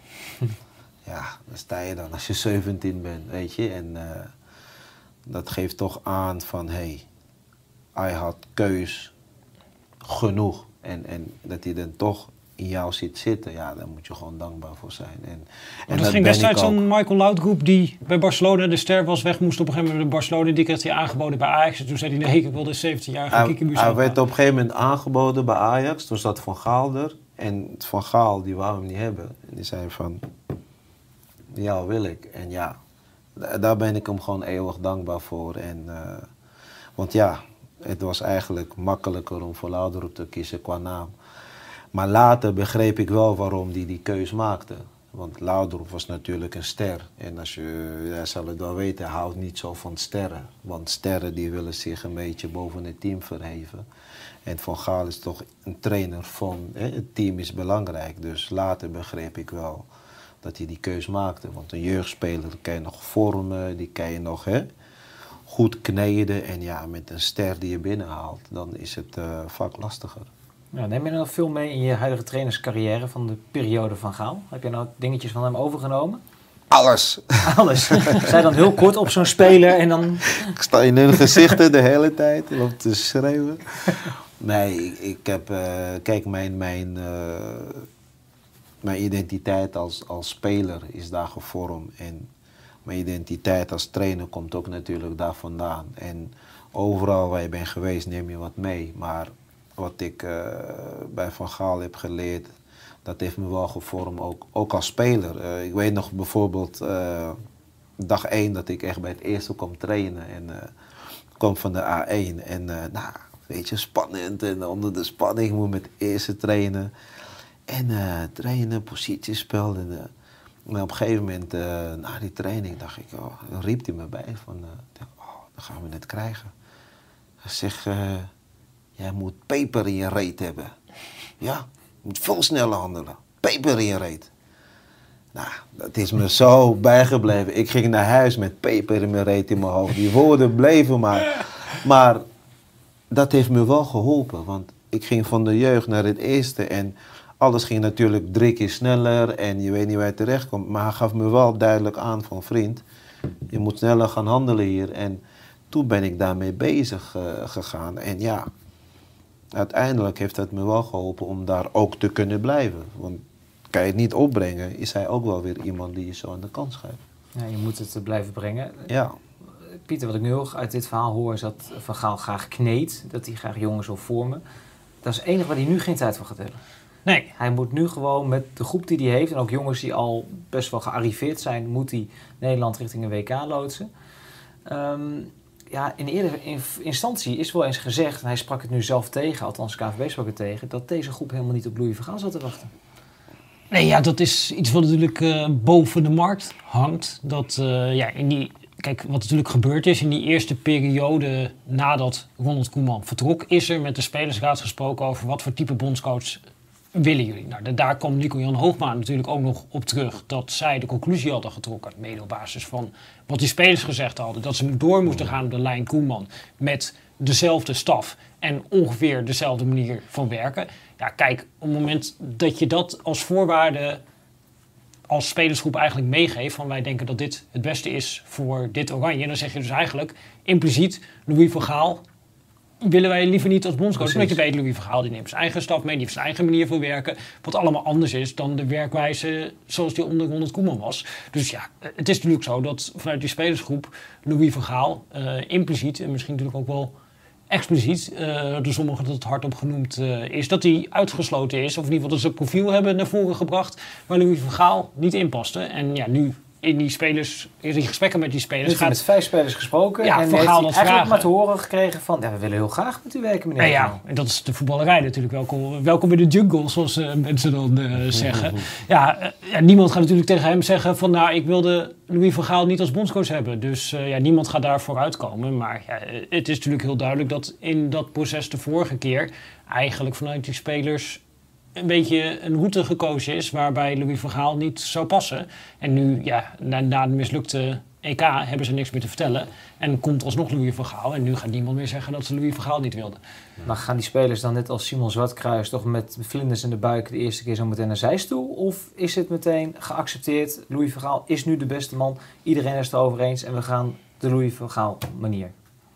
Ja, dan sta je dan als je zeventien bent, weet je. En uh, dat geeft toch aan van, hé, hey, hij had keus genoeg. En, en dat hij dan toch in jou zit zitten, ja, daar moet je gewoon dankbaar voor zijn. En, en dat, dat ging destijds zo'n Michael Laudrup die bij Barcelona de ster was, weg moest op een gegeven moment bij Barcelona. Die kreeg hij aangeboden bij Ajax. En toen zei hij, nee, ik wil de zeventien-jarige Kiki Moussampa. Hij werd op een gegeven moment aangeboden bij Ajax. Toen zat Van Gaal er. En Van Gaal, die wou hem niet hebben. En die zei van, ja, wil ik. En ja, daar ben ik hem gewoon eeuwig dankbaar voor. En, uh, want ja, het was eigenlijk makkelijker om voor Laudrup te kiezen qua naam. Maar later begreep ik wel waarom hij die keus maakte. Want Laudrup was natuurlijk een ster. En als je, jij zal het wel weten, hij houdt niet zo van sterren. Want sterren die willen zich een beetje boven het team verheven. En Van Gaal is toch een trainer van, hè, het team is belangrijk. Dus later begreep ik wel dat hij die keus maakte. Want een jeugdspeler kan je nog vormen, die kan je nog hè, goed kneden. En ja, met een ster die je binnenhaalt, dan is het uh, vaak lastiger. Ja, neem je nou veel mee in je huidige trainerscarrière van de periode van Gaal? Heb je nou dingetjes van hem overgenomen? Alles. Alles. Zij dan heel kort op zo'n speler en dan... Ik sta in hun gezichten de hele tijd om te schreeuwen. Nee, ik, ik heb... Uh, kijk, mijn, mijn, uh, mijn identiteit als, als speler is daar gevormd. En mijn identiteit als trainer komt ook natuurlijk daar vandaan. En overal waar je bent geweest neem je wat mee. Maar wat ik uh, bij Van Gaal heb geleerd, dat heeft me wel gevormd, ook, ook als speler. Uh, ik weet nog bijvoorbeeld uh, dag één dat ik echt bij het eerste kwam trainen. En uh, kwam van de A één. En uh, nou, weet je, spannend. En onder de spanning moet met het eerste trainen. En uh, trainen, positiespel. En, uh, en op een gegeven moment, uh, na die training, dacht ik, oh, dan riep hij me bij van, uh, oh, dan gaan we het krijgen. Hij zegt, uh, jij moet peper in je reet hebben. Ja, je moet veel sneller handelen. Peper in je reet. Nou, dat is me zo bijgebleven. Ik ging naar huis met peper in mijn reet in mijn hoofd. Die woorden bleven maar. Maar dat heeft me wel geholpen. Want ik ging van de jeugd naar het eerste. En alles ging natuurlijk drie keer sneller. En je weet niet waar je terecht komt. Maar hij gaf me wel duidelijk aan van, vriend, je moet sneller gaan handelen hier. En toen ben ik daarmee bezig uh, gegaan. En ja, uiteindelijk heeft het me wel geholpen om daar ook te kunnen blijven. Want kan je het niet opbrengen, is hij ook wel weer iemand die je zo aan de kant schuift. Ja, je moet het blijven brengen. Ja. Pieter, wat ik nu ook uit dit verhaal hoor, is dat Van Gaal graag kneedt. Dat hij graag jongens wil vormen. Dat is het enige waar hij nu geen tijd voor gaat hebben. Nee. Hij moet nu gewoon met de groep die hij heeft... en ook jongens die al best wel gearriveerd zijn... moet hij Nederland richting een W K loodsen. Um, ja, in eerdere instantie is wel eens gezegd... en hij sprak het nu zelf tegen, althans K V B sprak het tegen... dat deze groep helemaal niet op Louis van Gaal zat te wachten. Nee, ja, dat is iets wat natuurlijk uh, boven de markt hangt. Dat, uh, ja, in die, kijk, wat natuurlijk gebeurd is in die eerste periode nadat Ronald Koeman vertrok... is er met de spelersraad gesproken over wat voor type bondscoach willen jullie. Nou, daar kwam Nico-Jan Hoogma natuurlijk ook nog op terug... dat zij de conclusie hadden getrokken, mede op basis van wat die spelers gezegd hadden... dat ze door moesten gaan op de lijn Koeman met dezelfde staf... en ongeveer dezelfde manier van werken... Ja, kijk, op het moment dat je dat als voorwaarde als spelersgroep eigenlijk meegeeft... van wij denken dat dit het beste is voor dit Oranje... dan zeg je dus eigenlijk impliciet Louis van Gaal... willen wij liever niet als bondscoach. Omdat je weet, Louis van Gaal die neemt zijn eigen staf mee... die heeft zijn eigen manier van werken... wat allemaal anders is dan de werkwijze zoals die onder Ronald Koeman was. Dus ja, het is natuurlijk zo dat vanuit die spelersgroep... Louis van Gaal uh, impliciet en misschien natuurlijk ook wel... expliciet, uh, door sommigen dat het hardop genoemd uh, is, dat hij uitgesloten is. Of in ieder geval dat ze een profiel hebben naar voren gebracht waar Louis van Gaal niet in paste. En ja, nu in die spelers, in die gesprekken met die spelers heeft gaat... met vijf spelers gesproken ja, en Van heeft Gaal hij dat eigenlijk vragen. maar te horen gekregen van, ja, we willen heel graag met u werken, meneer. Ja, ja, en dat is de voetballerij natuurlijk. Welkom, welkom in de jungle, zoals uh, mensen dan uh, zeggen. Ja, uh, ja, niemand gaat natuurlijk tegen hem zeggen van, nou, ik wilde Louis van Gaal niet als bondscoach hebben. Dus uh, ja, niemand gaat daar vooruit komen. Maar ja, het is natuurlijk heel duidelijk dat in dat proces de vorige keer eigenlijk vanuit die spelers een beetje een route gekozen is waarbij Louis van Gaal niet zou passen. En nu, ja, na, na de mislukte E K hebben ze niks meer te vertellen. En komt alsnog Louis van Gaal. En nu gaat niemand meer zeggen dat ze Louis van Gaal niet wilden. Maar gaan die spelers dan net als Simon Zwartkruis toch met vlinders in de buik de eerste keer zo meteen naar zijstoel? Of is het meteen geaccepteerd, Louis van Gaal is nu de beste man, iedereen is het erover eens en we gaan de Louis van Gaal manier?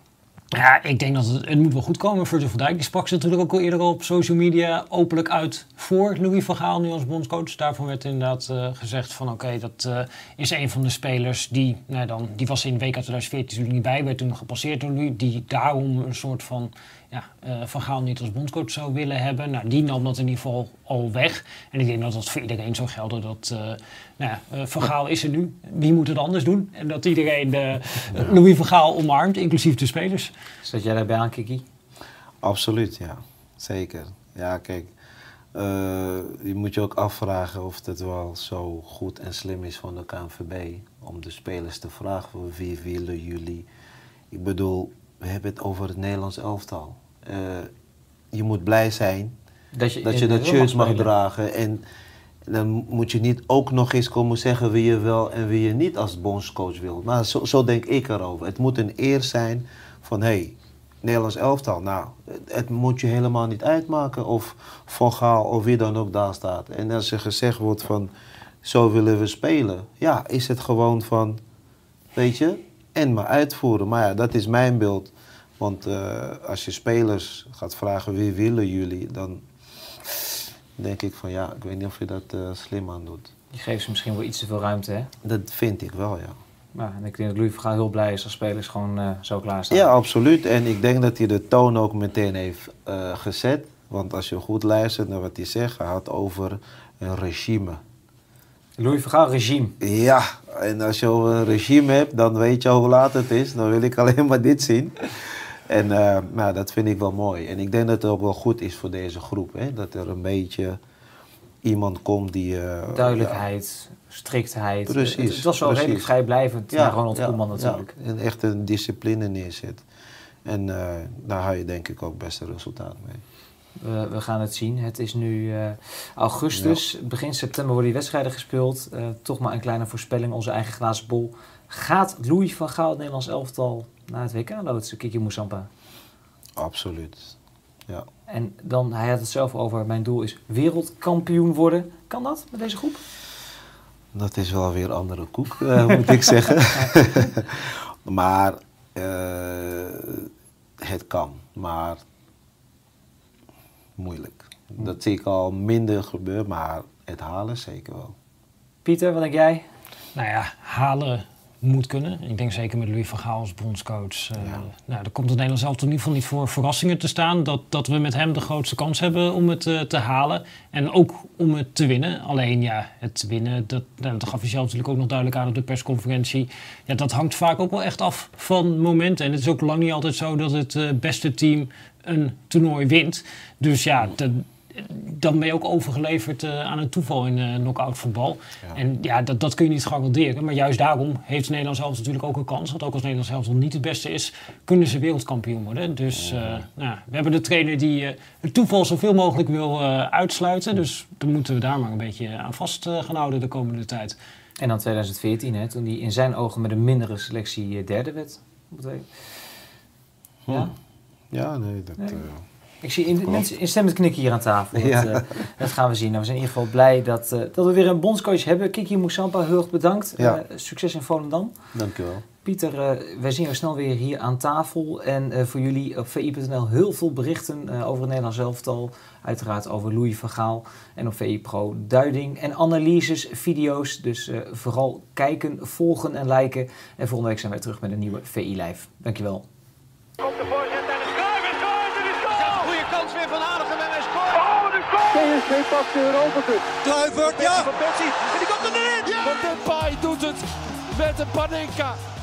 Ja, ik denk dat het, het moet wel goed komen. Virgil van Dijk die sprak ze natuurlijk ook al eerder op social media openlijk uit voor Louis van Gaal nu als bondscoach. Daarvan werd inderdaad uh, gezegd van oké, okay, dat uh, is een van de spelers die, nou dan, die was in W K twintig veertien natuurlijk niet bij, werd toen gepasseerd door Louis, die daarom een soort van ja, uh, Van Gaal niet als bondscoach zou willen hebben. Nou, die nam dat in ieder geval al weg. En ik denk dat dat voor iedereen zou gelden. Dat uh, nou ja, uh, Van Gaal is er nu. Wie moet het anders doen? En dat iedereen uh, Louis van Gaal omarmt, inclusief de spelers. Zat jij daarbij aan, Kiki? Absoluut, ja. Zeker. Ja, kijk. Uh, je moet je ook afvragen of het wel zo goed en slim is van de K N V B om de spelers te vragen voor wie willen jullie. Ik bedoel, we hebben het over het Nederlands elftal. Uh, je moet blij zijn dat je dat, je dat shirt mag dragen. En dan moet je niet ook nog eens komen zeggen wie je wel en wie je niet als bondscoach wil. Maar zo, zo denk ik erover. Het moet een eer zijn van, hé, hey, Nederlands elftal, nou, het, het moet je helemaal niet uitmaken of Van Gaal of wie dan ook daar staat. En als er gezegd wordt van, zo willen we spelen, ja, is het gewoon van, weet je, en maar uitvoeren. Maar ja, dat is mijn beeld. Want uh, als je spelers gaat vragen wie willen jullie, dan denk ik van ja, ik weet niet of je dat uh, slim aan doet. Je geeft ze misschien wel iets te veel ruimte, hè? Dat vind ik wel, ja. Maar ik denk dat Louis van Gaal heel blij is als spelers gewoon uh, zo klaar staan. Ja, absoluut. En ik denk dat hij de toon ook meteen heeft uh, gezet. Want als je goed luistert naar wat hij zegt, hij had over een regime. Louis van Gaal, regime. Ja, en als je over een regime hebt, dan weet je hoe laat het is. Dan wil ik alleen maar dit zien. En uh, nou, dat vind ik wel mooi. En ik denk dat het ook wel goed is voor deze groep. Hè? Dat er een beetje iemand komt die... Uh, Duidelijkheid, ja. striktheid. Precies. Het, het was wel precies. redelijk vrijblijvend ja, naar Ronald ja, Koeman natuurlijk. Ja, en echt een discipline neerzet. En uh, daar haal je denk ik ook best een resultaat mee. We, we gaan het zien. Het is nu uh, augustus. Ja. Begin september worden die wedstrijden gespeeld. Uh, toch maar een kleine voorspelling. Onze eigen glazen bol. Gaat Louis van Gaal het Nederlands elftal naar het W K loodsen, Kiki Moussampa? Absoluut, ja. En dan, hij had het zelf over, mijn doel is wereldkampioen worden. Kan dat met deze groep? Dat is wel weer andere koek, uh, moet ik zeggen. Maar uh, het kan, maar moeilijk. Dat zie ik al minder gebeuren, maar het halen zeker wel. Pieter, wat denk jij? Nou ja, halen moet kunnen. Ik denk zeker met Louis van Gaal als bondscoach. Uh, Ja. Nou, er komt het Nederlands elftal in ieder geval niet voor verrassingen te staan. Dat, dat we met hem de grootste kans hebben om het uh, te halen. En ook om het te winnen. Alleen ja, het winnen, dat, nou, dat gaf hij zelf natuurlijk ook nog duidelijk aan op de persconferentie. Ja, dat hangt vaak ook wel echt af van momenten. En het is ook lang niet altijd zo dat het uh, beste team een toernooi wint. Dus ja, de, dan ben je ook overgeleverd uh, aan een toeval in uh, knock-out voetbal. Ja. En ja, dat, dat kun je niet garanderen. Maar juist daarom heeft Nederland zelf natuurlijk ook een kans. Want ook als Nederland zelf nog niet het beste is, kunnen ze wereldkampioen worden. Dus uh, nou, we hebben de trainer die uh, het toeval zoveel mogelijk wil uh, uitsluiten. Dus dan moeten we daar maar een beetje aan vast uh, gaan houden de komende tijd. En dan twintig veertien, hè, toen hij in zijn ogen met een mindere selectie uh, derde werd. Hm. Ja? Ja, nee, dat... Nee. Uh... Ik zie in, mensen instemmend knikken hier aan tafel. Dat, Ja. uh, dat gaan we zien. Nou, we zijn in ieder geval blij dat, uh, dat we weer een bondscoach hebben. Kiki Moussampa, heel erg bedankt. Ja. Uh, succes in Volendam. Dankjewel. Pieter, uh, wij zien jou snel weer hier aan tafel. En uh, voor jullie op v i punt n l heel veel berichten uh, over het Nederlands elftal. Uiteraard over Louis van Gaal. En op V I Pro duiding en analyses, video's. Dus uh, vooral kijken, volgen en liken. En volgende week zijn wij terug met een nieuwe V I Live. Dankjewel. Komt de voorzet en het Cruijff is scoort en is goal! Een goede kans weer van Aardigem en hij scoort! Oh, de goal! P S V pakt de Europa Cup. Kluivert, ja! Van Persie, en die komt erin! Van Depay doet het met een Panenka.